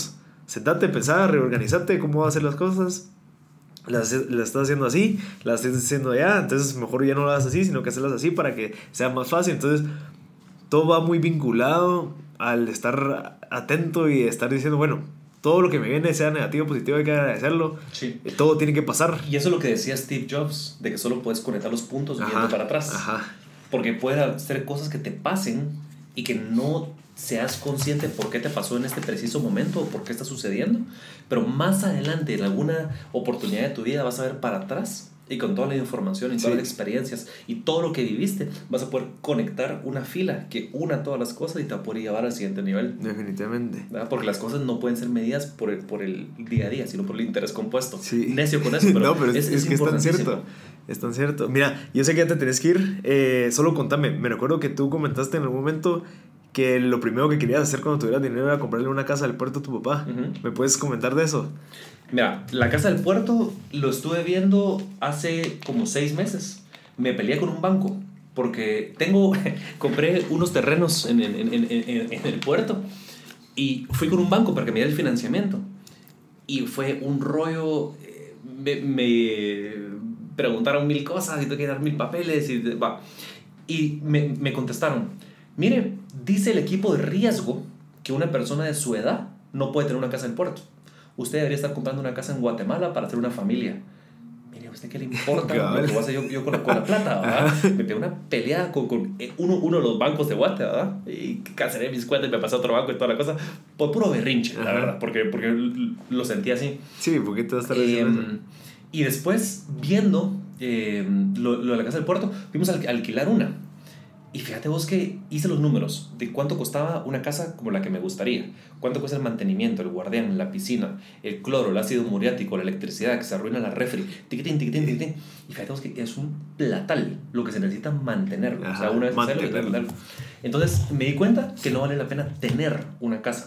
sentate, pensá, reorganizate cómo vas a hacer las cosas. Las, las estás haciendo así, las estás haciendo allá, entonces mejor ya no las hagas así, sino que hacerlas así para que sea más fácil. Entonces todo va muy vinculado al estar atento y estar diciendo, bueno, todo lo que me viene, sea negativo o positivo, hay que agradecerlo. Sí. Todo tiene que pasar. Y eso es lo que decía Steve Jobs, de que solo puedes conectar los puntos Ajá, viendo para atrás. Ajá. Porque puede ser cosas que te pasen y que no seas consciente por qué te pasó en este preciso momento o por qué está sucediendo, pero más adelante en alguna oportunidad de tu vida vas a ver para atrás y con toda la información y todas sí. las experiencias y todo lo que viviste vas a poder conectar una fila que una todas las cosas y te va a poder llevar al siguiente nivel. Definitivamente. ¿Verdad? Porque las cosas no pueden ser medidas por el, por el día a día, sino por el interés compuesto. Sí. Necio con eso, pero, no, pero es, es, es, es que es tan cierto. Es tan cierto. Mira, yo sé que ya te tenés que ir. Eh, solo contame. Me recuerdo que tú comentaste en algún momento que lo primero que querías hacer cuando tuvieras dinero era comprarle una casa del puerto a tu papá. Uh-huh. ¿Me puedes comentar de eso? Mira, la casa del puerto lo estuve viendo hace como seis meses. Me peleé con un banco porque tengo, compré unos terrenos en, en, en, en, en el puerto y fui con un banco para que me diera el financiamiento. Y fue un rollo, me, me preguntaron mil cosas y tuve que dar mil papeles y, va. y me, me contestaron, mire, dice el equipo de riesgo que una persona de su edad no puede tener una casa en el puerto. Usted debería estar comprando una casa en Guatemala para hacer una familia. Mire, ¿a usted qué le importa lo que voy a hacer yo, yo con, la, con la plata? ¿verdad? Me pegué una pelea con, con uno, uno de los bancos de Guate, ¿verdad? Y cancelé mis cuentas y me pasé a otro banco y toda la cosa. Por puro berrinche, Ajá. la verdad, porque, porque lo sentí así. Sí, porque te vas a estar diciendo eh, Y después, viendo eh, lo, lo de la casa del puerto, fuimos a alquilar una. Y fíjate vos que hice los números de cuánto costaba una casa como la que me gustaría, cuánto cuesta el mantenimiento, el guardián, la piscina, el cloro, el ácido muriático, la electricidad, que se arruina la refri, tiquitín, tiquitín, tiquitín. Y fíjate vos que es un platal lo que se necesita mantenerlo. Ajá, o sea, una vez hacerlo, mantenerlo. Entonces me di cuenta que no vale la pena tener una casa.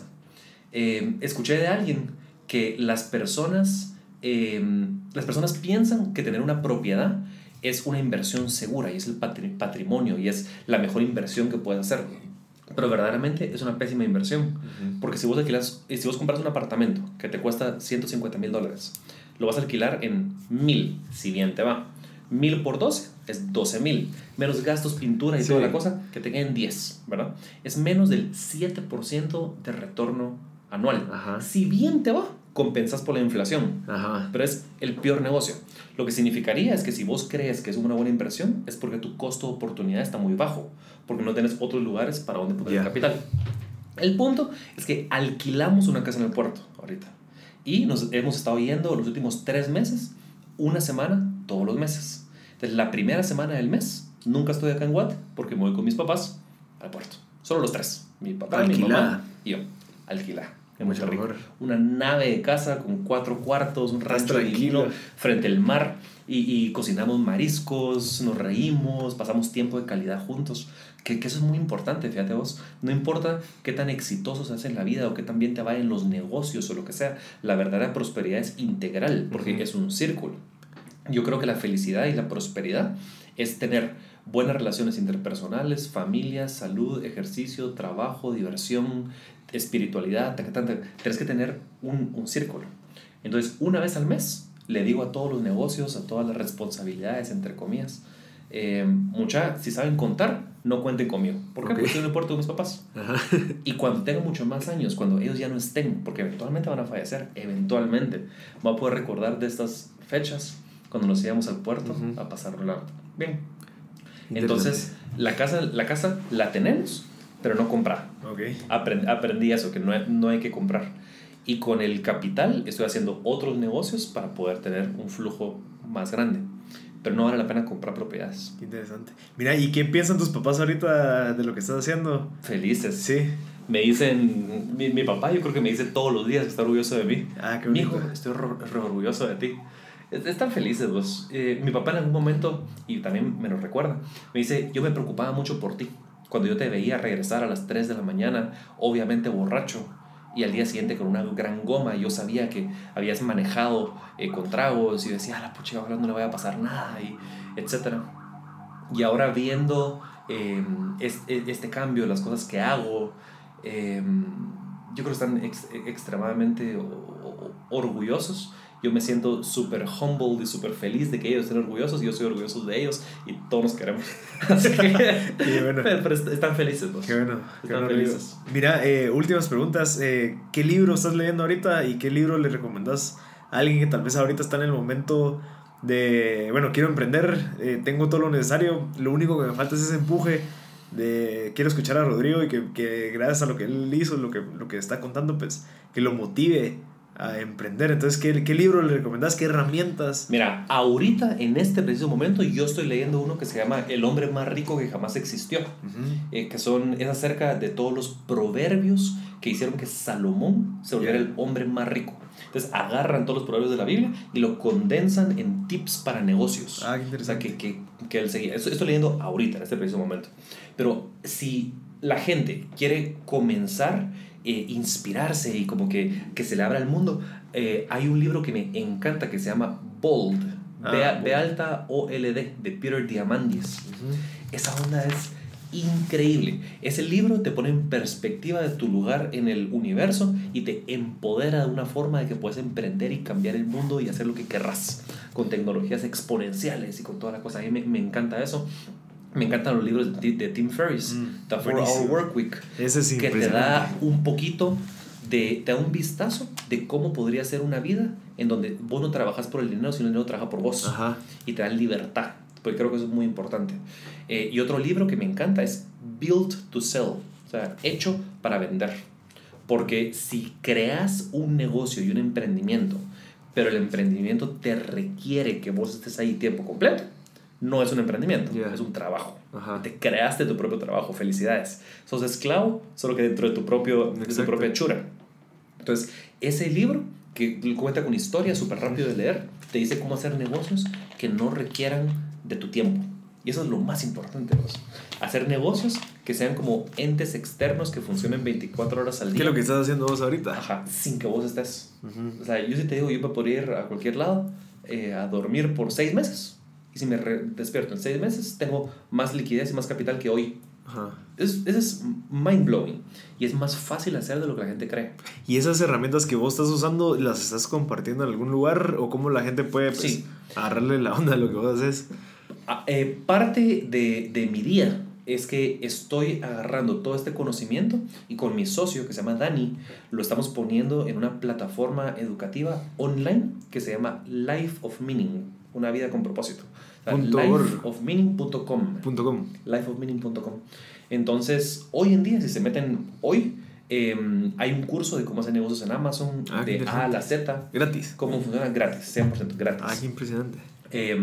Eh, escuché de alguien que las personas, eh, las personas piensan que tener una propiedad es una inversión segura y es el patrimonio y es la mejor inversión que puedes hacer, pero verdaderamente es una pésima inversión. Uh-huh. Porque si vos alquilas, si vos compras un apartamento que te cuesta ciento cincuenta mil dólares, lo vas a alquilar en mil, si bien te va. Mil por doce es doce mil, menos gastos, pintura y sí. toda la cosa, que te queden diez, ¿verdad? Es menos del siete por ciento de retorno anual. Ajá. Si bien te va, compensas por la inflación. Ajá. Pero es el peor negocio. Lo que significaría es que si vos crees que es una buena inversión, es porque tu costo de oportunidad está muy bajo, porque no tenés otros lugares para donde poner yeah. el capital. El punto es que alquilamos una casa en el puerto ahorita y nos hemos estado yendo los últimos tres meses, una semana todos los meses. Entonces la primera semana del mes nunca estoy acá en Guate porque me voy con mis papás al puerto. Solo los tres, mi papá, alquilada. mi mamá y yo. Alquilada. Mucho rico. Una nave de casa con cuatro cuartos, un rancho divino frente al mar y, y cocinamos mariscos, nos reímos, pasamos tiempo de calidad juntos, que, que eso es muy importante, fíjate vos. No importa qué tan exitoso seas en la vida o qué tan bien te vaya en los negocios o lo que sea, la verdadera prosperidad es integral porque uh-huh. es un círculo. Yo creo que la felicidad y la prosperidad es tener buenas relaciones interpersonales, familia, salud, ejercicio, trabajo, diversión, espiritualidad. Tienes que tener un, un círculo. Entonces, una vez al mes, le digo a todos los negocios, a todas las responsabilidades, entre comillas, eh, mucha, si saben contar, no cuenten conmigo. ¿Por qué? Okay. Porque yo no importo con mis papás. Ajá. Y cuando tenga muchos más años, cuando ellos ya no estén, porque eventualmente van a fallecer, eventualmente, voy a poder recordar de estas fechas cuando nos íbamos al puerto uh-huh. a pasarla bien. Entonces, la casa, la casa la tenemos, pero no comprar. Okay. Aprend, aprendí eso, que no hay, no hay que comprar. Y con el capital estoy haciendo otros negocios para poder tener un flujo más grande. Pero no vale la pena comprar propiedades. Qué interesante. Mira, ¿y qué piensan tus papás ahorita de lo que estás haciendo? Felices. Sí. Me dicen, mi, mi papá yo creo que me dice todos los días que está orgulloso de mí. Ah, qué bonito. Mijo, estoy re, re orgulloso de ti. Están felices vos. Eh, mi papá en algún momento, y también me lo recuerda, me dice, yo me preocupaba mucho por ti. Cuando yo te veía regresar a las tres de la mañana, obviamente borracho, y al día siguiente con una gran goma, yo sabía que habías manejado eh, con tragos, y decía, a la pucha, ahora no le vaya a pasar nada, y etcétera. Y ahora viendo eh, este, este cambio, las cosas que hago, eh, yo creo que están ex, extremadamente o, o, orgullosos. Yo me siento súper humble y súper feliz de que ellos estén orgullosos. Yo soy orgulloso de ellos y todos nos queremos. Así que, bueno, pero, pero están felices. Pues. Qué bueno. Están qué felices. Bueno. Mira, eh, últimas preguntas. Eh, ¿Qué libro estás leyendo ahorita y qué libro le recomendás a alguien que tal vez ahorita está en el momento de, bueno, quiero emprender, eh, tengo todo lo necesario, lo único que me falta es ese empuje de quiero escuchar a Rodrigo y que, que gracias a lo que él hizo, lo que, lo que está contando, pues que lo motive a emprender? Entonces, ¿qué, qué libro le recomendás? ¿Qué herramientas? Mira, ahorita en este preciso momento yo estoy leyendo uno que se llama El hombre más rico que jamás existió, uh-huh. eh, que son, es acerca de todos los proverbios que hicieron que Salomón se volviera yeah. el hombre más rico. Entonces agarran todos los proverbios de la Biblia y lo condensan en tips para negocios. Ah, qué interesante. O sea, que, que, que él seguía. Esto estoy leyendo ahorita, en este preciso momento. Pero si la gente quiere comenzar, eh, inspirarse y como que, que se le abra el mundo, eh, hay un libro que me encanta que se llama Bold. Ah, B, Bold. B alta O L D, de Peter Diamandis. Uh-huh. Esa onda es increíble. Ese libro te pone en perspectiva de tu lugar en el universo y te empodera de una forma de que puedes emprender y cambiar el mundo y hacer lo que querrás con tecnologías exponenciales y con toda la cosa. A mí me, me encanta eso. Me encantan los libros de, de Tim Ferriss, mm, The four hour Work Week, Ese es que te da un poquito de, te da un vistazo de cómo podría ser una vida en donde vos no trabajas por el dinero, sino el dinero trabaja por vos. Ajá. Y te da libertad, porque creo que eso es muy importante. Eh, y otro libro que me encanta es Built to Sell, o sea, hecho para vender. Porque si creas un negocio y un emprendimiento, pero el emprendimiento te requiere que vos estés ahí tiempo completo, no es un emprendimiento, yeah. es un trabajo. Ajá. Te creaste tu propio trabajo, felicidades. Sos esclavo, solo que dentro de tu, propio, de tu propia chura. Entonces, ese libro, que cuenta con historia, súper rápido de leer, te dice cómo hacer negocios que no requieran de tu tiempo. Y eso es lo más importante, ¿no? Hacer negocios que sean como entes externos que funcionen veinticuatro horas al día. ¿Qué es lo que estás haciendo vos ahorita? Ajá, sin que vos estés. Uh-huh. O sea, yo sí te digo, yo me podría ir a cualquier lado eh, a dormir por seis meses. Y si me re- despierto en seis meses, tengo más liquidez y más capital que hoy. Ajá. Es, eso es mind-blowing. Y es más fácil hacer de lo que la gente cree. ¿Y esas herramientas que vos estás usando, las estás compartiendo en algún lugar? ¿O cómo la gente puede pues, sí. agarrarle la onda a lo que vos haces? Ah, eh, parte de, de mi día es que estoy agarrando todo este conocimiento y con mi socio, que se llama Dani, lo estamos poniendo en una plataforma educativa online que se llama Life of Meaning, una vida con propósito. O sea, life of meaning punto com. life of meaning punto com. Entonces, hoy en día, si se meten hoy, eh, hay un curso de cómo hacer negocios en Amazon, ah, de A a la Z. Gratis. Cómo funciona gratis, cien por ciento gratis. Ah, qué impresionante. Eh,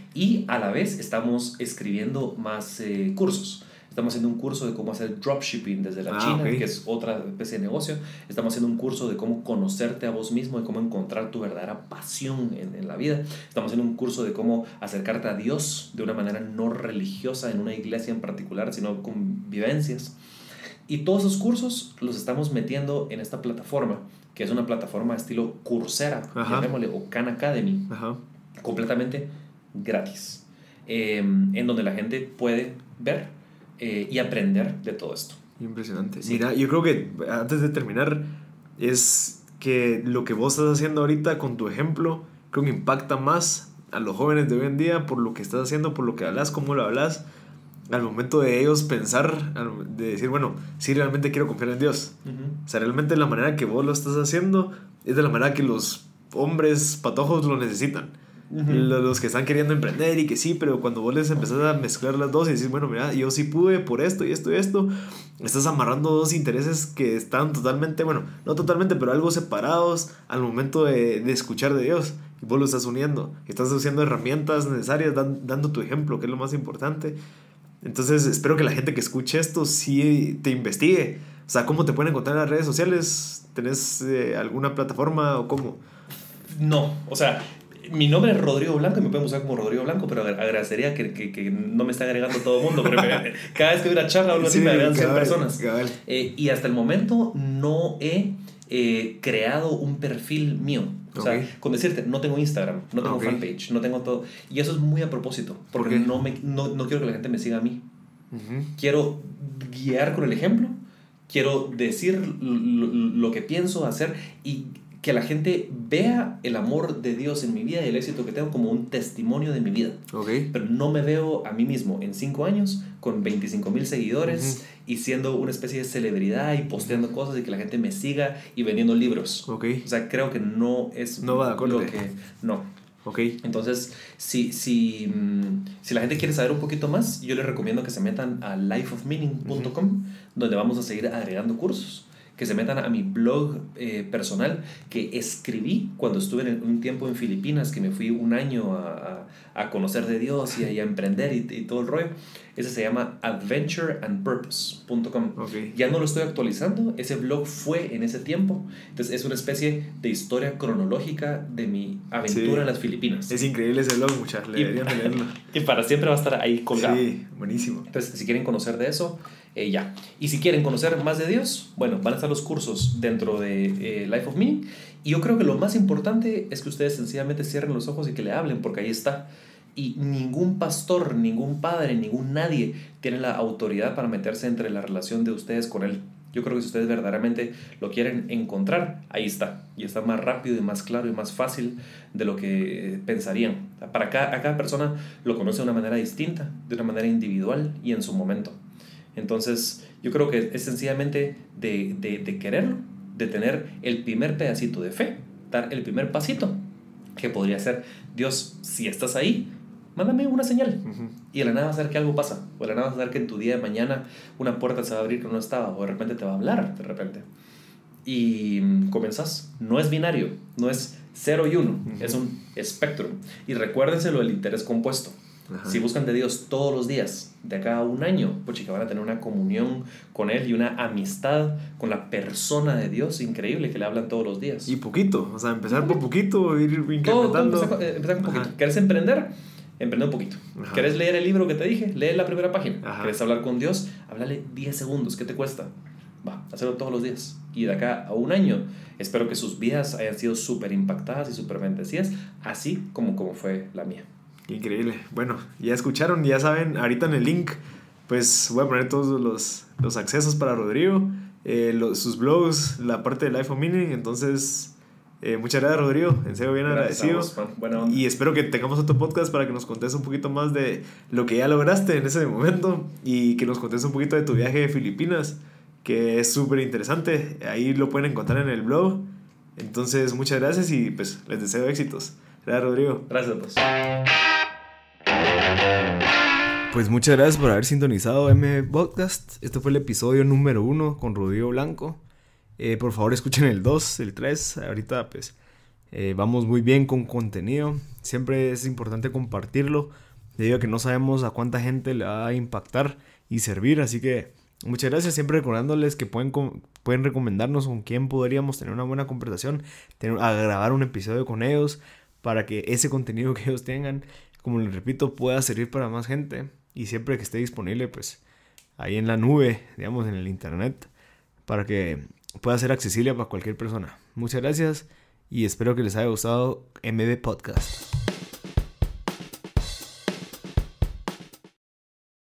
y a la vez estamos escribiendo más eh, cursos. Estamos haciendo un curso de cómo hacer dropshipping desde la ah, China, okay. que es otra especie de negocio. Estamos haciendo un curso de cómo conocerte a vos mismo, de cómo encontrar tu verdadera pasión en, en la vida. Estamos haciendo un curso de cómo acercarte a Dios de una manera no religiosa en una iglesia en particular, sino con vivencias. Y todos esos cursos los estamos metiendo en esta plataforma, que es una plataforma estilo Coursera, Ajá. llamémosle, o Khan Academy, Ajá. completamente gratis, eh, en donde la gente puede ver Eh, y aprender de todo esto. Impresionante. Sí. Mira, yo creo que antes de terminar, es que lo que vos estás haciendo ahorita con tu ejemplo, creo que impacta más a los jóvenes de hoy en día por lo que estás haciendo, por lo que hablas, cómo lo hablas, al momento de ellos pensar, de decir, bueno, sí, realmente quiero confiar en Dios. Uh-huh. O sea, realmente la manera que vos lo estás haciendo es de la manera que los hombres patojos lo necesitan. Uh-huh. Los que están queriendo emprender y que sí, pero cuando vos les empezás a mezclar las dos y decís, bueno, mira, yo sí pude por esto y esto y esto, estás amarrando dos intereses que están totalmente, bueno, no totalmente, pero algo separados al momento de, de escuchar de Dios, y vos lo estás uniendo, estás haciendo herramientas necesarias, dan, dando tu ejemplo, que es lo más importante. Entonces espero que la gente que escuche esto sí te investigue. O sea, ¿cómo te pueden encontrar en las redes sociales? ¿Tenés eh, alguna plataforma o cómo? No, o sea, mi nombre es Rodrigo Blanco y me pueden buscar como Rodrigo Blanco, pero agradecería que, que, que no me esté agregando todo el mundo, porque me, cada vez que doy una charla o algo así, sí, me agregan cien personas. Eh, y hasta el momento no he eh, creado un perfil mío. O okay. sea, con decirte, no tengo Instagram, no tengo okay. fanpage, no tengo todo. Y eso es muy a propósito, porque ¿Por no, me, no, no quiero que la gente me siga a mí. Uh-huh. Quiero guiar con el ejemplo quiero decir lo, lo que pienso hacer y que la gente vea el amor de Dios en mi vida y el éxito que tengo como un testimonio de mi vida. Okay. Pero no me veo a mí mismo en cinco años con veinticinco mil seguidores uh-huh. y siendo una especie de celebridad y posteando cosas y que la gente me siga y vendiendo libros. Okay. O sea, creo que no es no va lo que... No. Okay. Entonces, si, si, si la gente quiere saber un poquito más, yo les recomiendo que se metan a life of meaning punto com, uh-huh. donde vamos a seguir agregando cursos. Que se metan a mi blog eh, personal que escribí cuando estuve en un tiempo en Filipinas, que me fui un año a, a, a conocer de Dios y a, y a emprender y, y todo el rollo. Ese se llama adventure and purpose punto com. Okay. Ya no lo estoy actualizando, ese blog fue en ese tiempo. Entonces es una especie de historia cronológica de mi aventura sí. en las Filipinas. Es increíble ese blog, muchachos, deberían de leerlo. Y para siempre va a estar ahí colgado. Sí, buenísimo. Entonces, si quieren conocer de eso, eh, ya. Y si quieren conocer más de Dios, bueno, van a estar los cursos dentro de eh, Life of Meaning. Y yo creo que lo más importante es que ustedes sencillamente cierren los ojos y que le hablen, porque ahí está. Y ningún pastor, ningún padre, ningún nadie tiene la autoridad para meterse entre la relación de ustedes con Él. Yo creo que si ustedes verdaderamente lo quieren encontrar, ahí está. Y está más rápido y más claro y más fácil de lo que pensarían. Para cada, a cada persona lo conoce de una manera distinta, de una manera individual y en su momento. Entonces, yo creo que es sencillamente de, de, de quererlo, de tener el primer pedacito de fe, dar el primer pasito, que podría ser: Dios, si estás ahí, mándame una señal. Uh-huh. Y de la nada vas a ver que algo pasa. O de la nada vas a ver que en tu día de mañana una puerta se va a abrir que no estaba. O de repente te va a hablar, de repente. Y comenzás. No es binario. No es cero y uno. Uh-huh. Es un espectro. Y recuérdense lo del interés compuesto. Uh-huh. Si buscan de Dios todos los días, de acá a un año, pues chica, van a tener una comunión con Él y una amistad con la persona de Dios increíble que le hablan todos los días. Y poquito. O sea, empezar por poquito, ir incrementando. Todo, todo empezar, con, empezar con poquito. ¿Querés emprender? Emprende un poquito. Ajá. ¿Querés leer el libro que te dije? Lee la primera página. Ajá. ¿Querés hablar con Dios? Háblale diez segundos. ¿Qué te cuesta? Va, hacerlo todos los días. Y de acá a un año, espero que sus vidas hayan sido súper impactadas y súper bendecidas, así como, como fue la mía. Increíble. Bueno, ya escucharon, ya saben, ahorita en el link, pues voy a poner todos los, los accesos para Rodrigo, eh, los, sus blogs, la parte de Life of Meaning. Entonces... Eh, muchas gracias, Rodrigo, en serio bien gracias agradecido vos, buena onda. Y espero que tengamos otro podcast para que nos contes un poquito más de lo que ya lograste en ese momento y que nos contes un poquito de tu viaje de Filipinas, que es súper interesante. Ahí lo pueden encontrar en el blog. Entonces muchas gracias y pues les deseo éxitos. Gracias, Rodrigo. Gracias, pues. Pues muchas gracias por haber sintonizado M Podcast. Este fue el episodio número uno con Rodrigo Blanco. Eh, por favor escuchen el dos, el tres. Ahorita pues eh, vamos muy bien con contenido. Siempre es importante compartirlo, debido a que no sabemos a cuánta gente le va a impactar y servir. Así que muchas gracias. Siempre recordándoles que pueden, pueden recomendarnos con quién podríamos tener una buena conversación, tener, a grabar un episodio con ellos, para que ese contenido que ellos tengan, como les repito, pueda servir para más gente. Y siempre que esté disponible pues ahí en la nube, digamos en el internet, para que pueda ser accesible para cualquier persona. Muchas gracias y espero que les haya gustado M D Podcast.